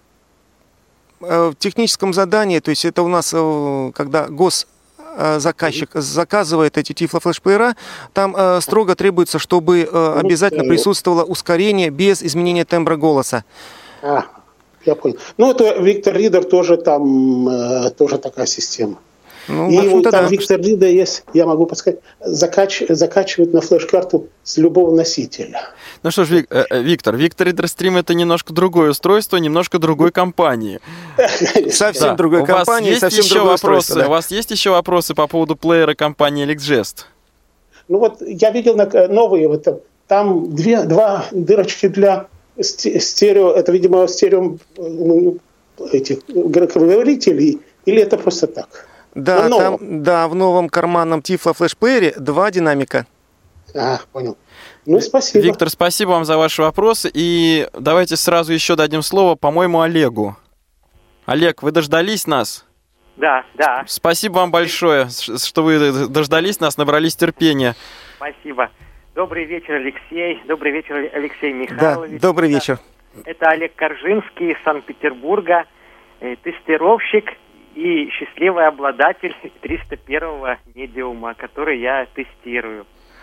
в техническом задании, то есть это у нас, когда госзаказчик заказывает эти тифлофлешплеера, там строго требуется, чтобы обязательно присутствовало ускорение без изменения тембра голоса. А, я понял. Ну, это Victor Reader тоже там, тоже такая система. Ну, и вот там да. Victor Reader есть, я могу подсказать, закач, закачивать на флеш-карту с любого носителя. Ну что ж, Вик, э, Виктор, Victor Reader Stream — это немножко другое устройство, немножко другой компании. Совсем другой компании, совсем другое устройство. У вас есть еще вопросы по поводу плеера компании Electgest? Ну вот я видел новые, вот там две, два дырочки для стерео, это, видимо, стерео этих громкоговорителей, или это просто так? Да, там, да, в новом карманном тифло-флешплеере два динамика. А, понял. Ну, спасибо. Виктор, спасибо вам за ваши вопросы. И давайте сразу еще дадим слово, по-моему, Олегу. Олег, вы дождались нас? Да, да. Спасибо вам большое, что вы дождались нас, набрались терпения. Спасибо. Добрый вечер, Алексей. Добрый вечер, Алексей Михайлович. Да, добрый вечер. Это Олег Коржинский из Санкт-Петербурга, тестировщик и счастливый обладатель триста первого медиума, который я тестирую.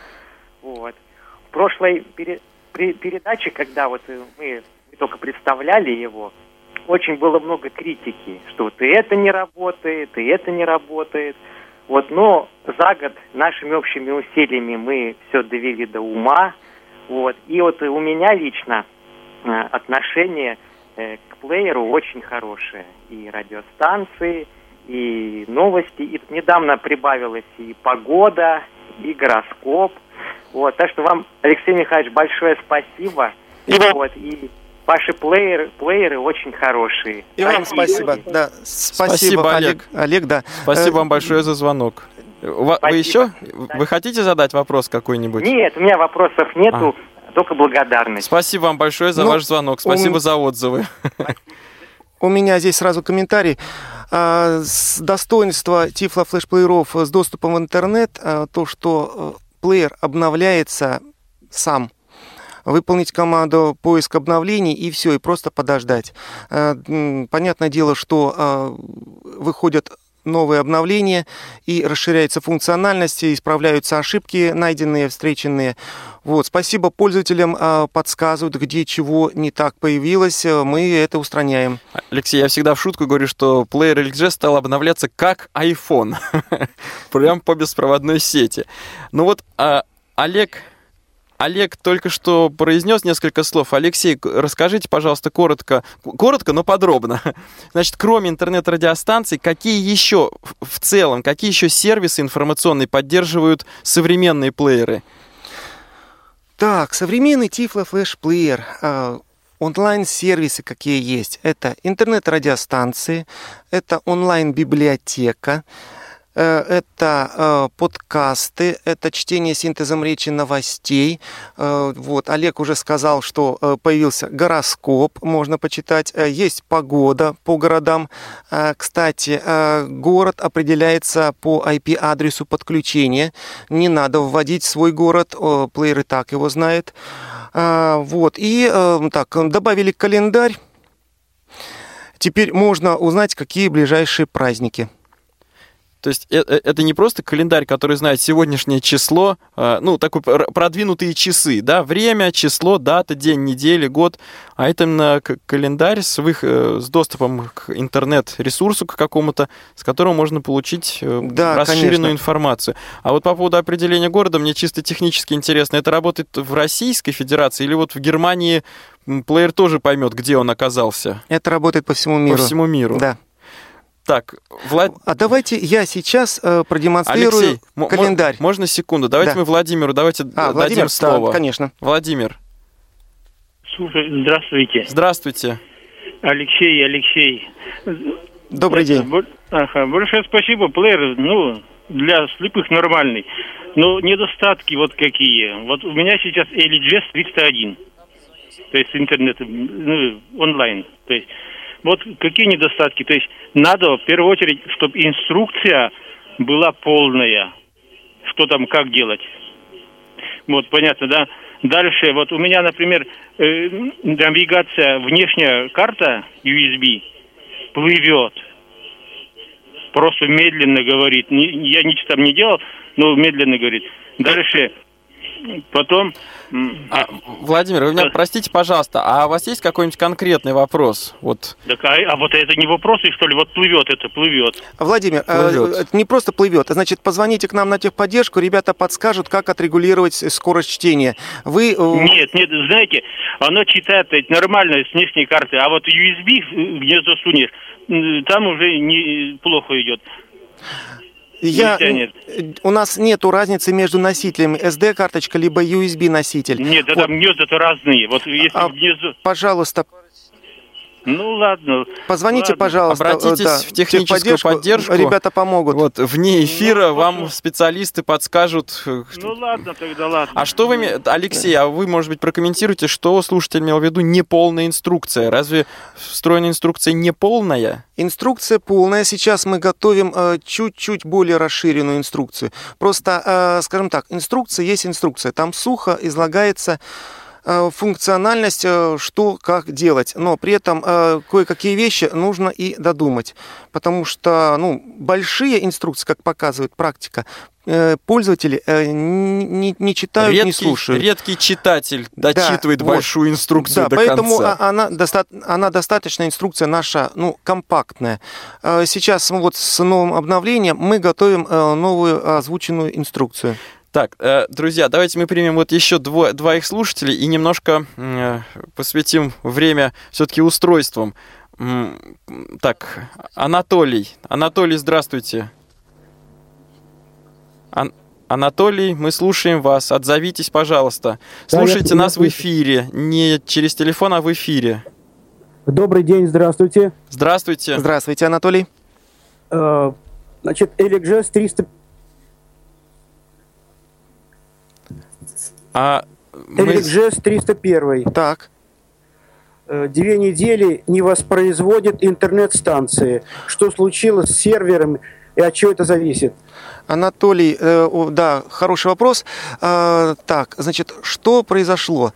Вот. В прошлой пере, при, передаче, когда вот мы, мы только представляли его, очень было много критики, что вот и это не работает, и это не работает. Вот, но за год нашими общими усилиями мы все довели до ума. Вот. И вот у меня лично э, отношение э, к плееру очень хорошее. И радиостанции, и новости. И недавно прибавилась и погода, и гороскоп. Вот. Так что вам, Алексей Михайлович, большое спасибо. И, вот, и ваши плееры, плееры очень хорошие. И вам спасибо. Да, спасибо, спасибо Олег. Олег, да. Спасибо вам большое за звонок. Вы спасибо. еще? Вы хотите задать вопрос какой-нибудь? Нет, у меня вопросов нету, а. только благодарность. Спасибо вам большое за ну, ваш звонок. Спасибо у... за отзывы. У меня здесь сразу комментарий. С достоинства тифло-флешплееров с доступом в интернет то, что плеер обновляется сам. Выполнить команду поиск обновлений и все, и просто подождать. Понятное дело, что выходят новые обновления и расширяется функциональность, и исправляются ошибки, найденные, встреченные. Вот. Спасибо пользователям, подсказывают, где чего не так появилось, мы это устраняем. Алексей, я всегда в шутку говорю, что плеер Electgest стал обновляться как iPhone, прям по беспроводной сети. Ну вот, Олег... Олег только что произнес несколько слов. Алексей, расскажите, пожалуйста, коротко, коротко, но подробно. Значит, кроме интернет-радиостанций, какие еще в целом, какие еще сервисы информационные поддерживают современные плееры? Так, современный тифло-флешплеер, э, онлайн-сервисы какие есть. Это интернет-радиостанции, это онлайн-библиотека, это э, подкасты, это чтение синтезом речи новостей. Э, вот, Олег уже сказал, что э, появился гороскоп, можно почитать. Э, есть погода по городам. Э, кстати, э, город определяется по ай пи-адресу подключения. Не надо вводить свой город, э, плеер и так его знает. Э, вот, и э, так, добавили календарь. Теперь можно узнать, какие ближайшие праздники. То есть это не просто календарь, который знает сегодняшнее число, ну, такой продвинутые часы, да, время, число, дата, день, неделя, год, а это именно календарь с, их, с доступом к интернет-ресурсу к какому-то, с которого можно получить да, расширенную конечно. информацию. А вот по поводу определения города мне чисто технически интересно, это работает в Российской Федерации или вот в Германии плеер тоже поймет, где он оказался? Это работает по всему миру. По всему миру. Да. Так, Влад... А давайте я сейчас э, продемонстрирую Алексей, календарь. М- можно секунду? Давайте да. мы Владимиру, давайте а, дадим Владимир, слово. Да, конечно. Владимир. Слушай, здравствуйте. Здравствуйте. Алексей, Алексей. Добрый Это, день. Ага, большое спасибо, плеер. Ну, для слепых нормальный. Но недостатки вот какие. Вот у меня сейчас эл джи эс триста один. То есть интернет, ну, онлайн. То есть вот какие недостатки. То есть надо в первую очередь, чтобы инструкция была полная. Что там, как делать. Вот, понятно, да? Дальше, вот у меня, например, э, навигация, внешняя карта ю эс би плывет. Просто медленно говорит. Не, я ничего там не делал, но медленно говорит. Дальше, потом... А, Владимир, вы меня простите, пожалуйста, а у вас есть какой-нибудь конкретный вопрос? Вот. Так, а, а вот это не вопросы, что ли? Вот плывет это, плывет. Владимир, плывет. Э, это не просто плывет, а значит, позвоните к нам на техподдержку, ребята подскажут, как отрегулировать скорость чтения. Вы... Нет, нет, знаете, оно читает нормально с внешней карты, а вот ю эс би, где засунешь, там уже не, плохо идет. Я, у нас нету разницы между носителем эс ди-карточка либо ю эс би-носитель. Нет, это вот. Гнезда-то разные. Вот если а, гнездо... Пожалуйста. Ну ладно. Позвоните, ладно. пожалуйста. Обратитесь да, в техническую поддержку. Ребята помогут. Вот, вне эфира ну, вам специалисты подскажут. Ну ладно, тогда ладно. А что вы, Алексей, а вы, может быть, прокомментируете, что слушатель имел в виду неполная инструкция? Разве встроенная инструкция неполная? Инструкция полная. Сейчас мы готовим э, чуть-чуть более расширенную инструкцию. Просто, э, скажем так, инструкция есть инструкция. Там сухо излагается функциональность, что, как делать. Но при этом э, кое-какие вещи нужно и додумать. Потому что ну, большие инструкции, как показывает практика, э, пользователи э, не, не читают, редкий, не слушают. Редкий читатель дочитывает да, большую вот. инструкцию да, до поэтому конца. Она, доста- она достаточно, инструкция наша, ну, компактная. Э, сейчас вот с новым обновлением мы готовим э, новую озвученную инструкцию. Так, друзья, давайте мы примем вот еще дво, двоих слушателей и немножко э, посвятим время все-таки устройствам. Так, Анатолий. Анатолий, здравствуйте. Ан- Анатолий, мы слушаем вас. Отзовитесь, пожалуйста. Да, Слушайте я, нас я... в эфире. Не через телефон, а в эфире. Добрый день, здравствуйте. Здравствуйте. Здравствуйте, Анатолий. Э, значит, эл джи эс триста... А мы... эл джи эс триста один. Так. Две недели не воспроизводит интернет-станции. Что случилось с сервером и от чего это зависит? Анатолий, э, да, хороший вопрос. Э, так, значит, что произошло?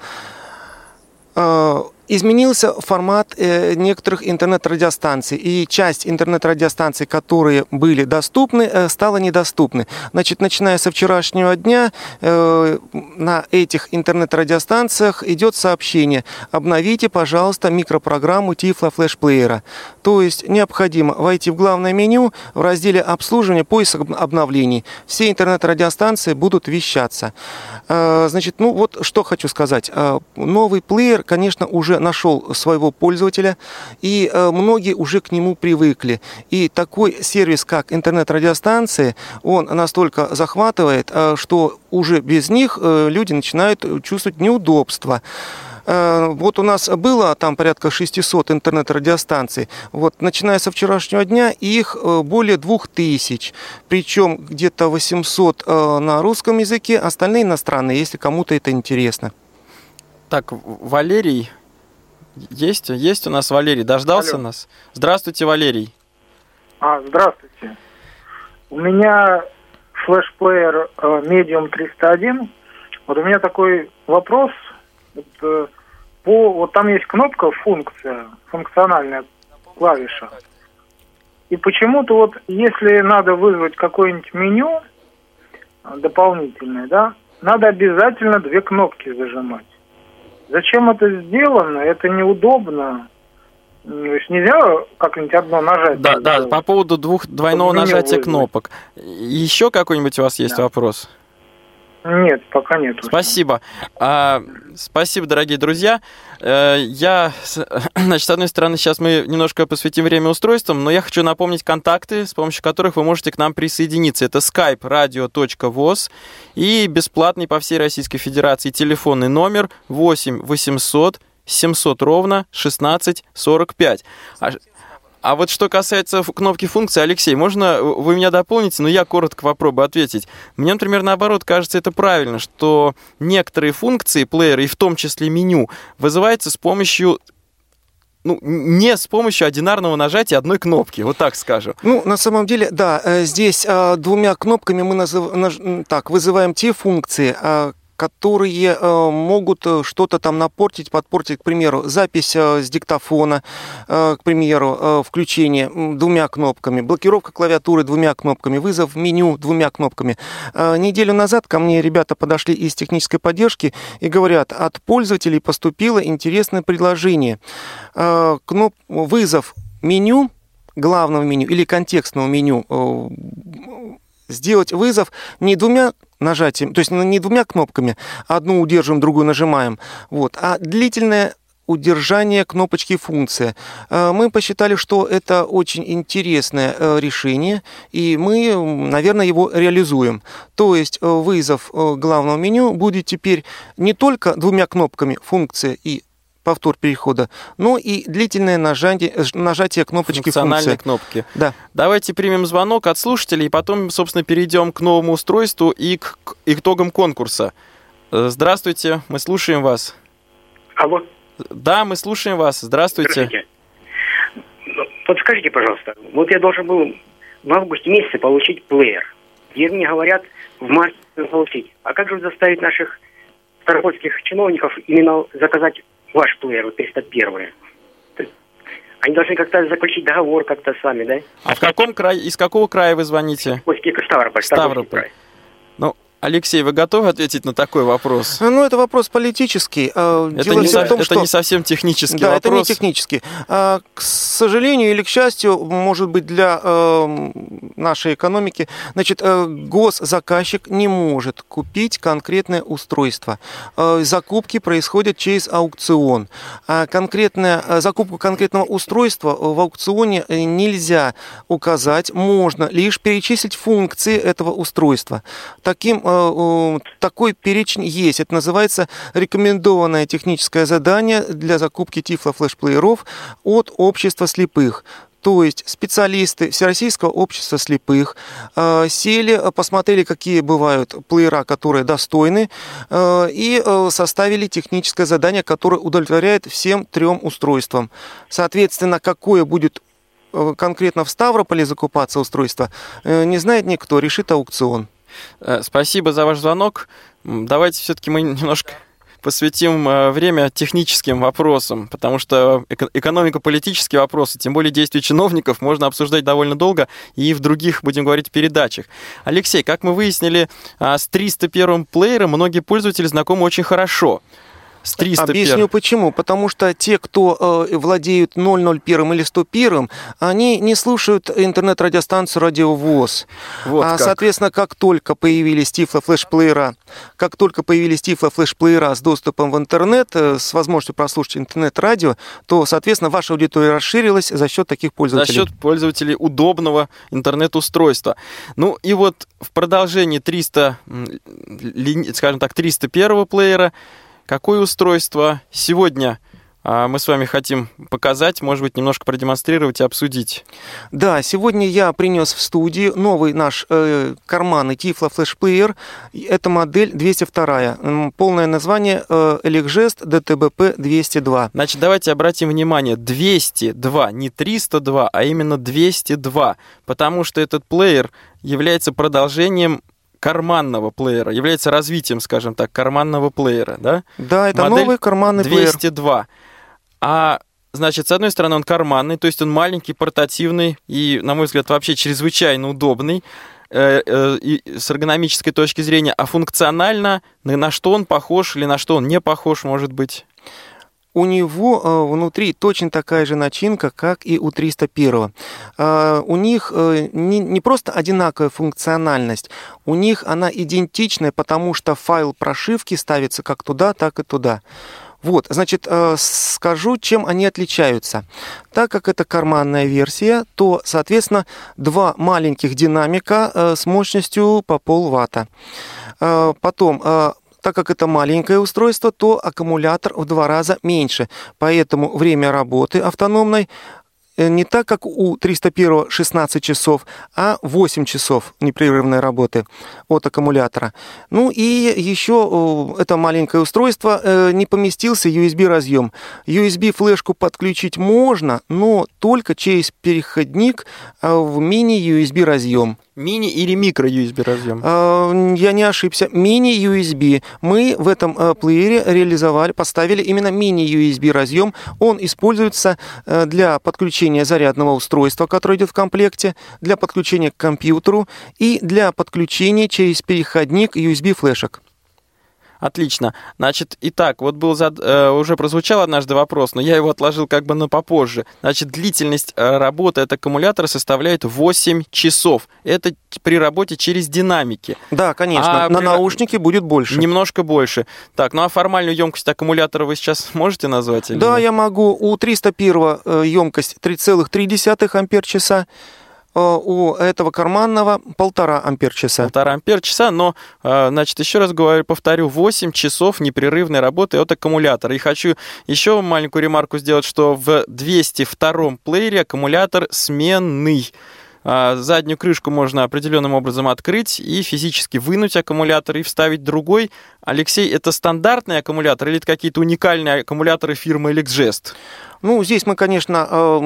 Э, Изменился формат э, некоторых интернет-радиостанций, и часть интернет-радиостанций, которые были доступны, э, стала недоступны. Значит, начиная со вчерашнего дня э, на этих интернет-радиостанциях идет сообщение: обновите, пожалуйста, микропрограмму Тифло флешплеера. То есть необходимо войти в главное меню, в разделе обслуживания, поиск обновлений. Все интернет-радиостанции будут вещаться. Э, значит, ну вот что хочу сказать. Э, новый плеер, конечно, уже нашел своего пользователя, и э, многие уже к нему привыкли. И такой сервис, как интернет-радиостанции, он настолько захватывает, э, что уже без них э, люди начинают чувствовать неудобства. Э, вот у нас было там порядка шестьсот интернет-радиостанций. Вот, начиная со вчерашнего дня их э, более двух тысяч. Причем где-то восемьсот э, на русском языке, остальные иностранные, если кому-то это интересно. Так, Валерий... Есть, есть у нас Валерий, дождался Алло. нас. Здравствуйте, Валерий. А, здравствуйте. У меня флешплеер э, Medium триста один. Вот у меня такой вопрос. Вот, э, по, вот там есть кнопка, функция, функциональная клавиша. И почему-то вот, если надо вызвать какое-нибудь меню дополнительное, да, надо обязательно две кнопки зажимать. Зачем это сделано? Это неудобно. То есть нельзя как-нибудь одно нажать? Да, да, по поводу двух, двойного нажатия вызвать. кнопок. Еще какой-нибудь у вас есть да. вопрос? Нет, пока нет. Спасибо. А, спасибо, дорогие друзья. Я, значит, с одной стороны, сейчас мы немножко посвятим время устройствам, но я хочу напомнить контакты, с помощью которых вы можете к нам присоединиться. Это skype radio точка voz и бесплатный по всей Российской Федерации телефонный номер восемь восемьсот семьсот ровно шестнадцать сорок пять. А вот что касается кнопки функции, Алексей, можно вы меня дополните, но я коротко попробую ответить. Мне, например, наоборот, кажется это правильно, что некоторые функции плеера, и в том числе меню, вызываются с помощью... Ну, не с помощью одинарного нажатия одной кнопки, вот так скажу. Ну, на самом деле, да, здесь двумя кнопками мы назыв... так, вызываем те функции, которые э, могут что-то там напортить, подпортить, к примеру, запись э, с диктофона, э, к примеру, э, включение двумя кнопками, блокировка клавиатуры двумя кнопками, вызов меню двумя кнопками. Э, неделю назад ко мне ребята подошли из технической поддержки и говорят, от пользователей поступило интересное предложение. Э, кноп... Вызов меню, главного меню или контекстного меню, э, сделать вызов не двумя нажатием, то есть не двумя кнопками, одну удерживаем, другую нажимаем, вот, а длительное удержание кнопочки функции. Мы посчитали, что это очень интересное решение, и мы, наверное, его реализуем. То есть вызов главного меню будет теперь не только двумя кнопками функция и повтор перехода, но и длительное нажатие, нажатие кнопочки функциональной функции. кнопки. Да. Давайте примем звонок от слушателей, и потом, собственно, перейдем к новому устройству и к итогам конкурса. Здравствуйте, мы слушаем вас. Алло. Да, мы слушаем вас. Здравствуйте. Здравствуйте. Подскажите, пожалуйста, вот я должен был в августе месяце получить плеер. Теперь мне говорят, в марте получить. А как же заставить наших старопольских чиновников именно заказать ваш плеер, триста первый? Они должны как-то заключить договор как-то сами, да? А в каком крае, из какого края вы звоните? Ставрополь. Ставрополь. Ну, Алексей, вы готовы ответить на такой вопрос? Ну, это вопрос политический. Это, не, со... том, это что... не совсем технический да, вопрос. Да, это не технический. К сожалению или к счастью, может быть, для э, нашей экономики, значит, э, госзаказчик не может купить конкретное устройство. Э, закупки происходят через аукцион. А конкретная, закупку конкретного устройства в аукционе нельзя указать, можно лишь перечислить функции этого устройства. Таким Такой перечень есть. Это называется рекомендованное техническое задание для закупки тифло-флешплееров от общества слепых. То есть специалисты Всероссийского общества слепых э, сели, посмотрели, какие бывают плеера, которые достойны, э, и э, составили техническое задание, которое удовлетворяет всем трем устройствам. Соответственно, какое будет э, конкретно в Ставрополе закупаться устройство, э, не знает никто, решит аукцион. Спасибо за ваш звонок. Давайте все-таки мы немножко посвятим время техническим вопросам, потому что экономико-политические вопросы, тем более действия чиновников, можно обсуждать довольно долго и в других, будем говорить, передачах. Алексей, как мы выяснили, с триста первым плеером многие пользователи знакомы очень хорошо. С триста первым. Объясню почему. Потому что те, кто э, владеют ноль ноль один или сто один, они не слушают интернет-радиостанцию Радио ВОС. Вот а, как. Соответственно, как только появились тифло-флешплеера, как только появились тифло-флешплеера с доступом в интернет, э, с возможностью прослушать интернет-радио, то, соответственно, ваша аудитория расширилась за счет таких пользователей. За счет пользователей удобного интернет-устройства. Ну и вот в продолжении триста, скажем так, триста первого плеера, какое устройство сегодня мы с вами хотим показать, может быть, немножко продемонстрировать и обсудить? Да, сегодня я принес в студию новый наш э, карманный тифло-флешплеер. Это модель двести два. Полное название э, Elegest ди ти би пи двести два. Значит, давайте обратим внимание, двести два, не триста два, а именно двести два, потому что этот плеер является продолжением карманного плеера, является развитием, скажем так, карманного плеера, да? Да, это модель новый карманный плеер. двести два. А, значит, с одной стороны, он карманный, то есть он маленький, портативный и, на мой взгляд, вообще чрезвычайно удобный э, э, и с эргономической точки зрения, а функционально на, на что он похож или на что он не похож, может быть? У него э, внутри точно такая же начинка, как и у триста первого. Э, у них э, не, не просто одинаковая функциональность, у них она идентичная, потому что файл прошивки ставится как туда, так и туда. Вот, значит, э, скажу, чем они отличаются. Так как это карманная версия, то, соответственно, два маленьких динамика э, с мощностью по полватта. Э, потом... Э, Так как это маленькое устройство, то аккумулятор в два раза меньше. Поэтому время работы автономной не так, как у триста первого шестнадцать часов, а восемь часов непрерывной работы от аккумулятора. Ну и еще это маленькое устройство, не поместился ю эс би-разъем. ю эс би-флешку подключить можно, но только через переходник в мини-ю эс би-разъем. Мини или микро-ю эс би-разъем? Я не ошибся. Мини-ю эс би. Мы в этом плеере реализовали, поставили именно мини-ю эс би-разъем. Он используется для подключения зарядного устройства, которое идет в комплекте, для подключения к компьютеру и для подключения через переходник ю эс би-флешек. Отлично. Значит, итак, вот был зад... э, уже прозвучал однажды вопрос, но я его отложил как бы на попозже. Значит, длительность э, работы от аккумулятора составляет восемь часов. Это при работе через динамики. Да, конечно. А на при... наушнике будет больше. Немножко больше. Так, ну а формальную емкость аккумулятора вы сейчас можете назвать? Или да, нет? Я могу. У триста первого э, емкость три целых три десятых ампер-часа. У этого карманного полтора ампер-часа. Полтора ампер-часа, но, значит, еще раз говорю, повторю, восемь часов непрерывной работы от аккумулятора. И хочу еще маленькую ремарку сделать, что в двести втором плеере аккумулятор сменный. Заднюю крышку можно определенным образом открыть и физически вынуть аккумулятор и вставить другой. Алексей, это стандартный аккумулятор или это какие-то уникальные аккумуляторы фирмы Elecgest? Ну, здесь мы, конечно,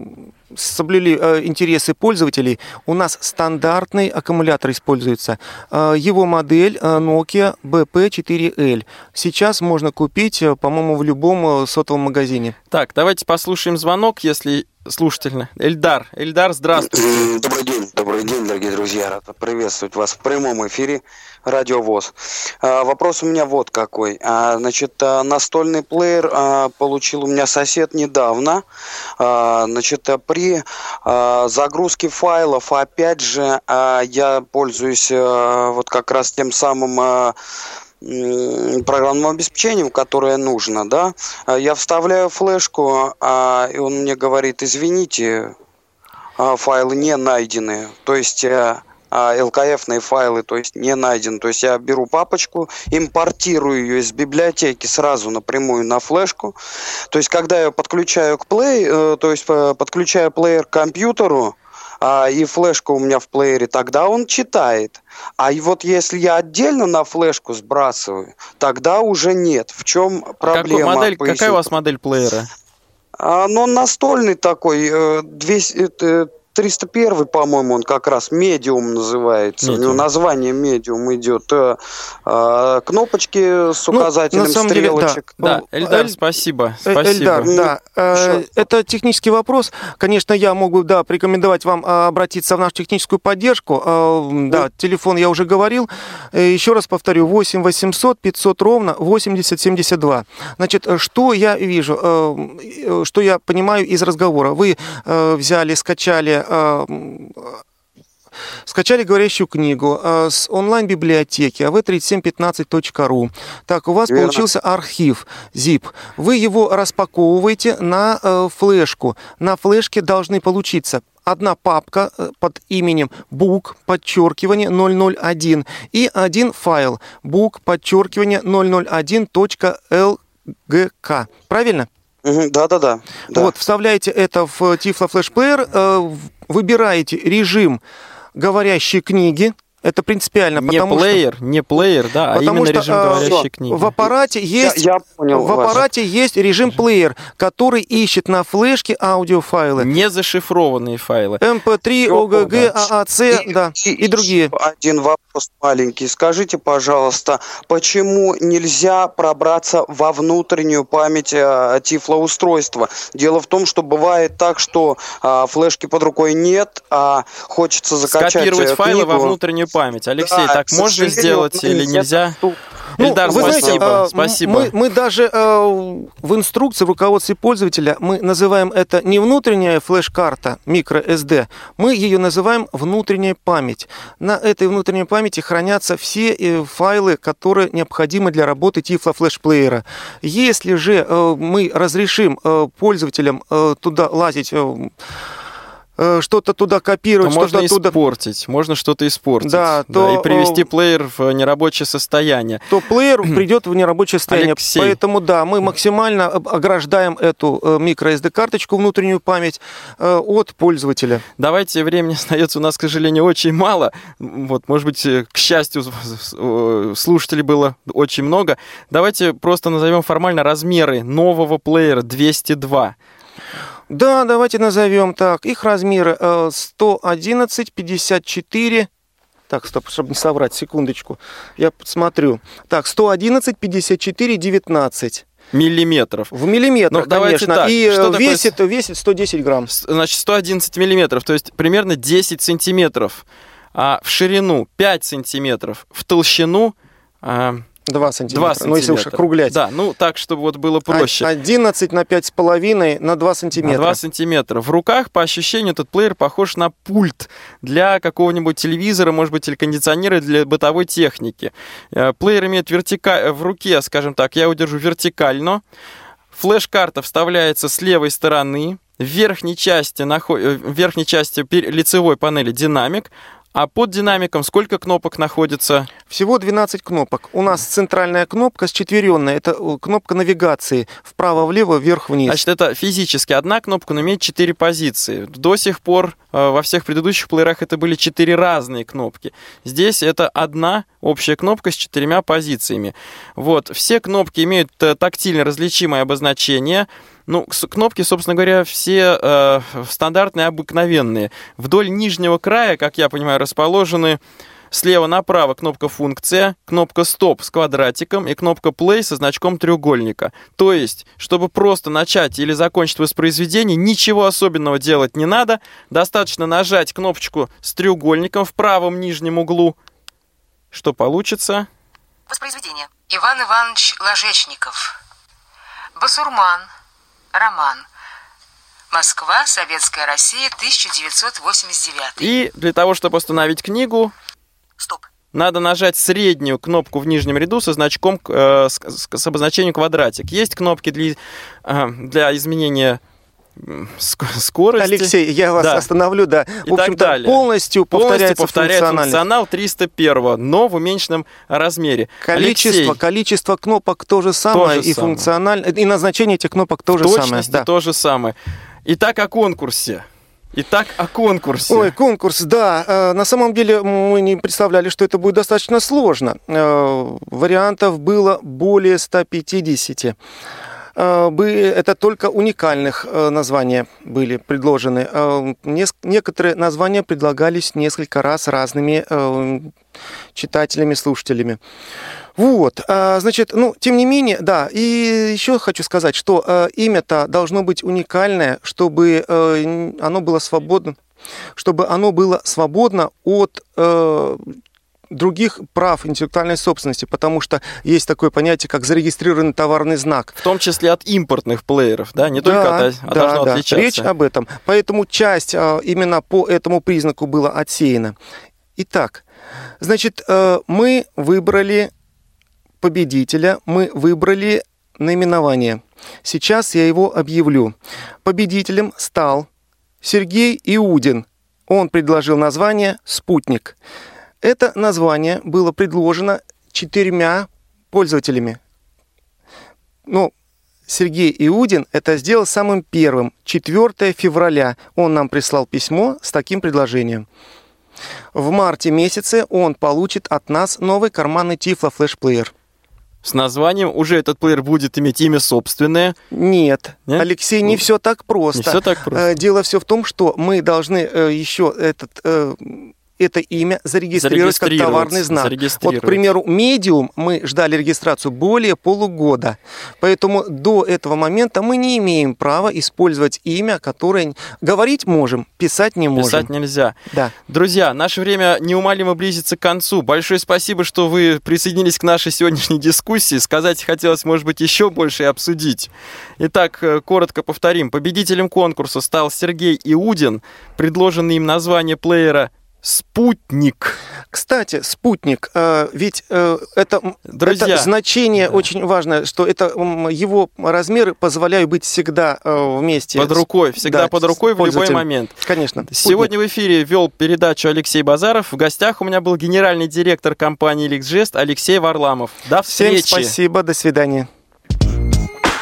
соблюли интересы пользователей. У нас стандартный аккумулятор используется. Его модель Nokia би пи четыре эл. Сейчас можно купить, по-моему, в любом сотовом магазине. Так, давайте послушаем звонок, если слушательно. Эльдар. Эльдар, здравствуйте. Добрый день, добрый день, дорогие друзья. Рад приветствовать вас в прямом эфире Радио ВОС. А, вопрос у меня вот какой. А, значит, настольный плеер а, получил у меня сосед недавно. А, значит, при а, загрузке файлов, опять же, а, я пользуюсь а, вот как раз тем самым а, программным обеспечением, которое нужно, да. Я вставляю флешку, а, и он мне говорит: извините, а, файлы не найдены. То есть эл кей эф-ные файлы, то есть не найдены. То есть я беру папочку, импортирую ее из библиотеки сразу напрямую на флешку. То есть когда я подключаю к плей, то есть подключаю плеер к компьютеру, и флешка у меня в плеере, тогда он читает. А и вот если я отдельно на флешку сбрасываю, тогда уже нет. В чем проблема? Модель, какая у вас модель плеера? А, ну, настольный такой, двести, триста первый, по-моему, он как раз медиум называется. Medium. У него название медиум идет. Э, э, кнопочки с указателем, ну, стрелочек. Деле, да, да. Эльдар, спасибо. спасибо. Эльдар, да. Э, это технический вопрос. Конечно, я могу, да, порекомендовать вам обратиться в нашу техническую поддержку. Э, да, телефон я уже говорил. Еще раз повторю: восемь восемьсот пятьсот ровно восемьдесят семьдесят два. Значит, что я вижу, э, что я понимаю из разговора? Вы э, взяли, скачали Скачали говорящую книгу э, с онлайн-библиотеки эй ви три семь пятнадцать точка ру. Так, у вас Верно. Получился архив зип. Вы его распаковываете на э, флешку. На флешке должны получиться одна папка под именем book, подчеркивание ноль ноль один, и один файл book, подчеркивание ноль ноль один точка эл джи кей. Правильно? Да-да-да. Вот, вставляете это в Tiflo Flash Player, выбираете режим говорящей книги. Это принципиально, не потому плеер, что... Не плеер, да, а именно что, режим говорящей книги. В аппарате есть, я, я понял в аппарате есть режим плеер, который ищет на флешке аудиофайлы. Не зашифрованные файлы. эм пэ три, о джи джи, а а си, и, да, и, и другие. Один вопрос маленький. Скажите, пожалуйста, почему нельзя пробраться во внутреннюю память а, Tiflo-устройства? Дело в том, что бывает так, что а, флешки под рукой нет, а хочется закачать Скопировать книгу. файлы во внутреннюю память. Алексей, да, так можно сделать или нельзя? Ну, Эльдар, вы спасибо. Знаете, э, спасибо. Мы, мы даже э, в инструкции, в руководстве пользователя, мы называем это не внутренняя флеш-карта microSD, мы ее называем внутренняя память. На этой внутренней памяти хранятся все э, файлы, которые необходимы для работы Tiflo Flash Player. Если же э, мы разрешим э, пользователям э, туда лазить... Э, что-то туда копировать, то что-то можно туда... испортить, можно что-то испортить, да, да, то, и привести плеер в нерабочее состояние. То плеер придет в нерабочее состояние. Алексей. Поэтому, да, мы максимально ограждаем эту microSD карточку, внутреннюю память, от пользователя. Давайте, времени остается у нас, к сожалению, очень мало. Вот, может быть, к счастью, слушателей было очень много. Давайте просто назовем формально размеры нового плеера двести два. Да, давайте назовем так. Их размеры сто одиннадцать, пятьдесят четыре. Так, стоп, чтобы не соврать, секундочку. Я посмотрю. Так, сто одиннадцать, пятьдесят четыре, девятнадцать. Миллиметров. В миллиметрах, ну, конечно. Так, и что весит, такое... весит сто десять грамм. Значит, сто одиннадцать миллиметров, то есть примерно десять сантиметров. А в ширину пять сантиметров, в толщину... А... два сантиметра. два сантиметра. Ну, если уж округлять. Да, ну так, чтобы вот было проще. одиннадцать на пять с половиной на два сантиметра. На два сантиметра. В руках, по ощущению, этот плеер похож на пульт для какого-нибудь телевизора, может быть, или кондиционера для бытовой техники. Плеер имеет вертика... в руке, скажем так, я его держу вертикально. Флеш-карта вставляется с левой стороны. В верхней части, наход... в верхней части лицевой панели динамик. А под динамиком сколько кнопок находится? Всего двенадцать кнопок. У нас центральная кнопка счетверенная. Это кнопка навигации. Вправо-влево, вверх-вниз. Значит, это физически одна кнопка, но имеет четыре позиции. До сих пор во всех предыдущих плеерах это были четыре разные кнопки. Здесь это одна общая кнопка с четырьмя позициями. Вот. Все кнопки имеют тактильно различимое обозначение. Ну, кнопки, собственно говоря, все э, стандартные, обыкновенные. Вдоль нижнего края, как я понимаю, расположены слева направо кнопка «Функция», кнопка «Стоп» с квадратиком и кнопка «Play» со значком треугольника. То есть, чтобы просто начать или закончить воспроизведение, ничего особенного делать не надо. Достаточно нажать кнопочку с треугольником в правом нижнем углу. Что получится? Воспроизведение. Иван Иванович Ложечников. Басурман. Роман. Москва, Советская Россия, тысяча девятьсот восемьдесят девятый. И для того, чтобы остановить книгу, Стоп. надо нажать среднюю кнопку в нижнем ряду со значком, э, с, с обозначением квадратик. Есть кнопки для, э, для изменения скорости. Алексей, я вас да. остановлю, да. И в общем-то, полностью повторяется, полностью повторяется функционал триста первого, но в уменьшенном размере. Количество, Алексей, количество кнопок то же самое, то же и самое. функционально, и назначение этих кнопок то же в самое. точности Да. то же самое. Итак, о конкурсе. Итак, о конкурсе. Ой, конкурс, да. На самом деле мы не представляли, что это будет достаточно сложно. Вариантов было более ста пятидесяти. Это только уникальных названия были предложены. Некоторые названия предлагались несколько раз разными читателями, слушателями. Вот, значит, ну, тем не менее, да, и еще хочу сказать, что имя-то должно быть уникальное, чтобы оно было свободно, чтобы оно было свободно от других прав интеллектуальной собственности, потому что есть такое понятие, как зарегистрированный товарный знак. В том числе от импортных плееров, да? Не да, только от, а да, должно да. отличаться. Речь об этом. Поэтому часть именно по этому признаку была отсеяна. Итак, значит, мы выбрали победителя, мы выбрали наименование. Сейчас я его объявлю. Победителем стал Сергей Иудин. Он предложил название «Спутник». Это название было предложено четырьмя пользователями. Ну, Сергей Иудин это сделал самым первым. четвёртого февраля он нам прислал письмо с таким предложением. В марте месяце он получит от нас новый карманный Tiflo флешплеер. С названием уже этот плеер будет иметь имя собственное? Нет, Нет? Алексей, не все так просто. Не все так просто. Дело все в том, что мы должны еще этот... это имя зарегистрировать как товарный знак. Вот, к примеру, Medium мы ждали регистрацию более полугода. Поэтому до этого момента мы не имеем права использовать имя, которое говорить можем, писать не можем. Писать нельзя. Да. Друзья, наше время неумолимо близится к концу. Большое спасибо, что вы присоединились к нашей сегодняшней дискуссии. Сказать хотелось, может быть, еще больше и обсудить. Итак, коротко повторим. Победителем конкурса стал Сергей Иудин. Предложенное им название плеера Спутник. Кстати, спутник, э, ведь э, это, это значение да. очень важное, что это его размеры позволяют быть всегда э, вместе. Под рукой, всегда да, под рукой в любой момент. Конечно. Сегодня в эфире вел передачу Алексей Базаров. В гостях у меня был генеральный директор компании «Ликсжест» Алексей Варламов. До встречи. Всем спасибо, до свидания.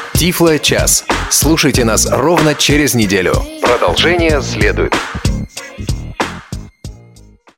Тифло час. Слушайте нас ровно через неделю. Продолжение следует.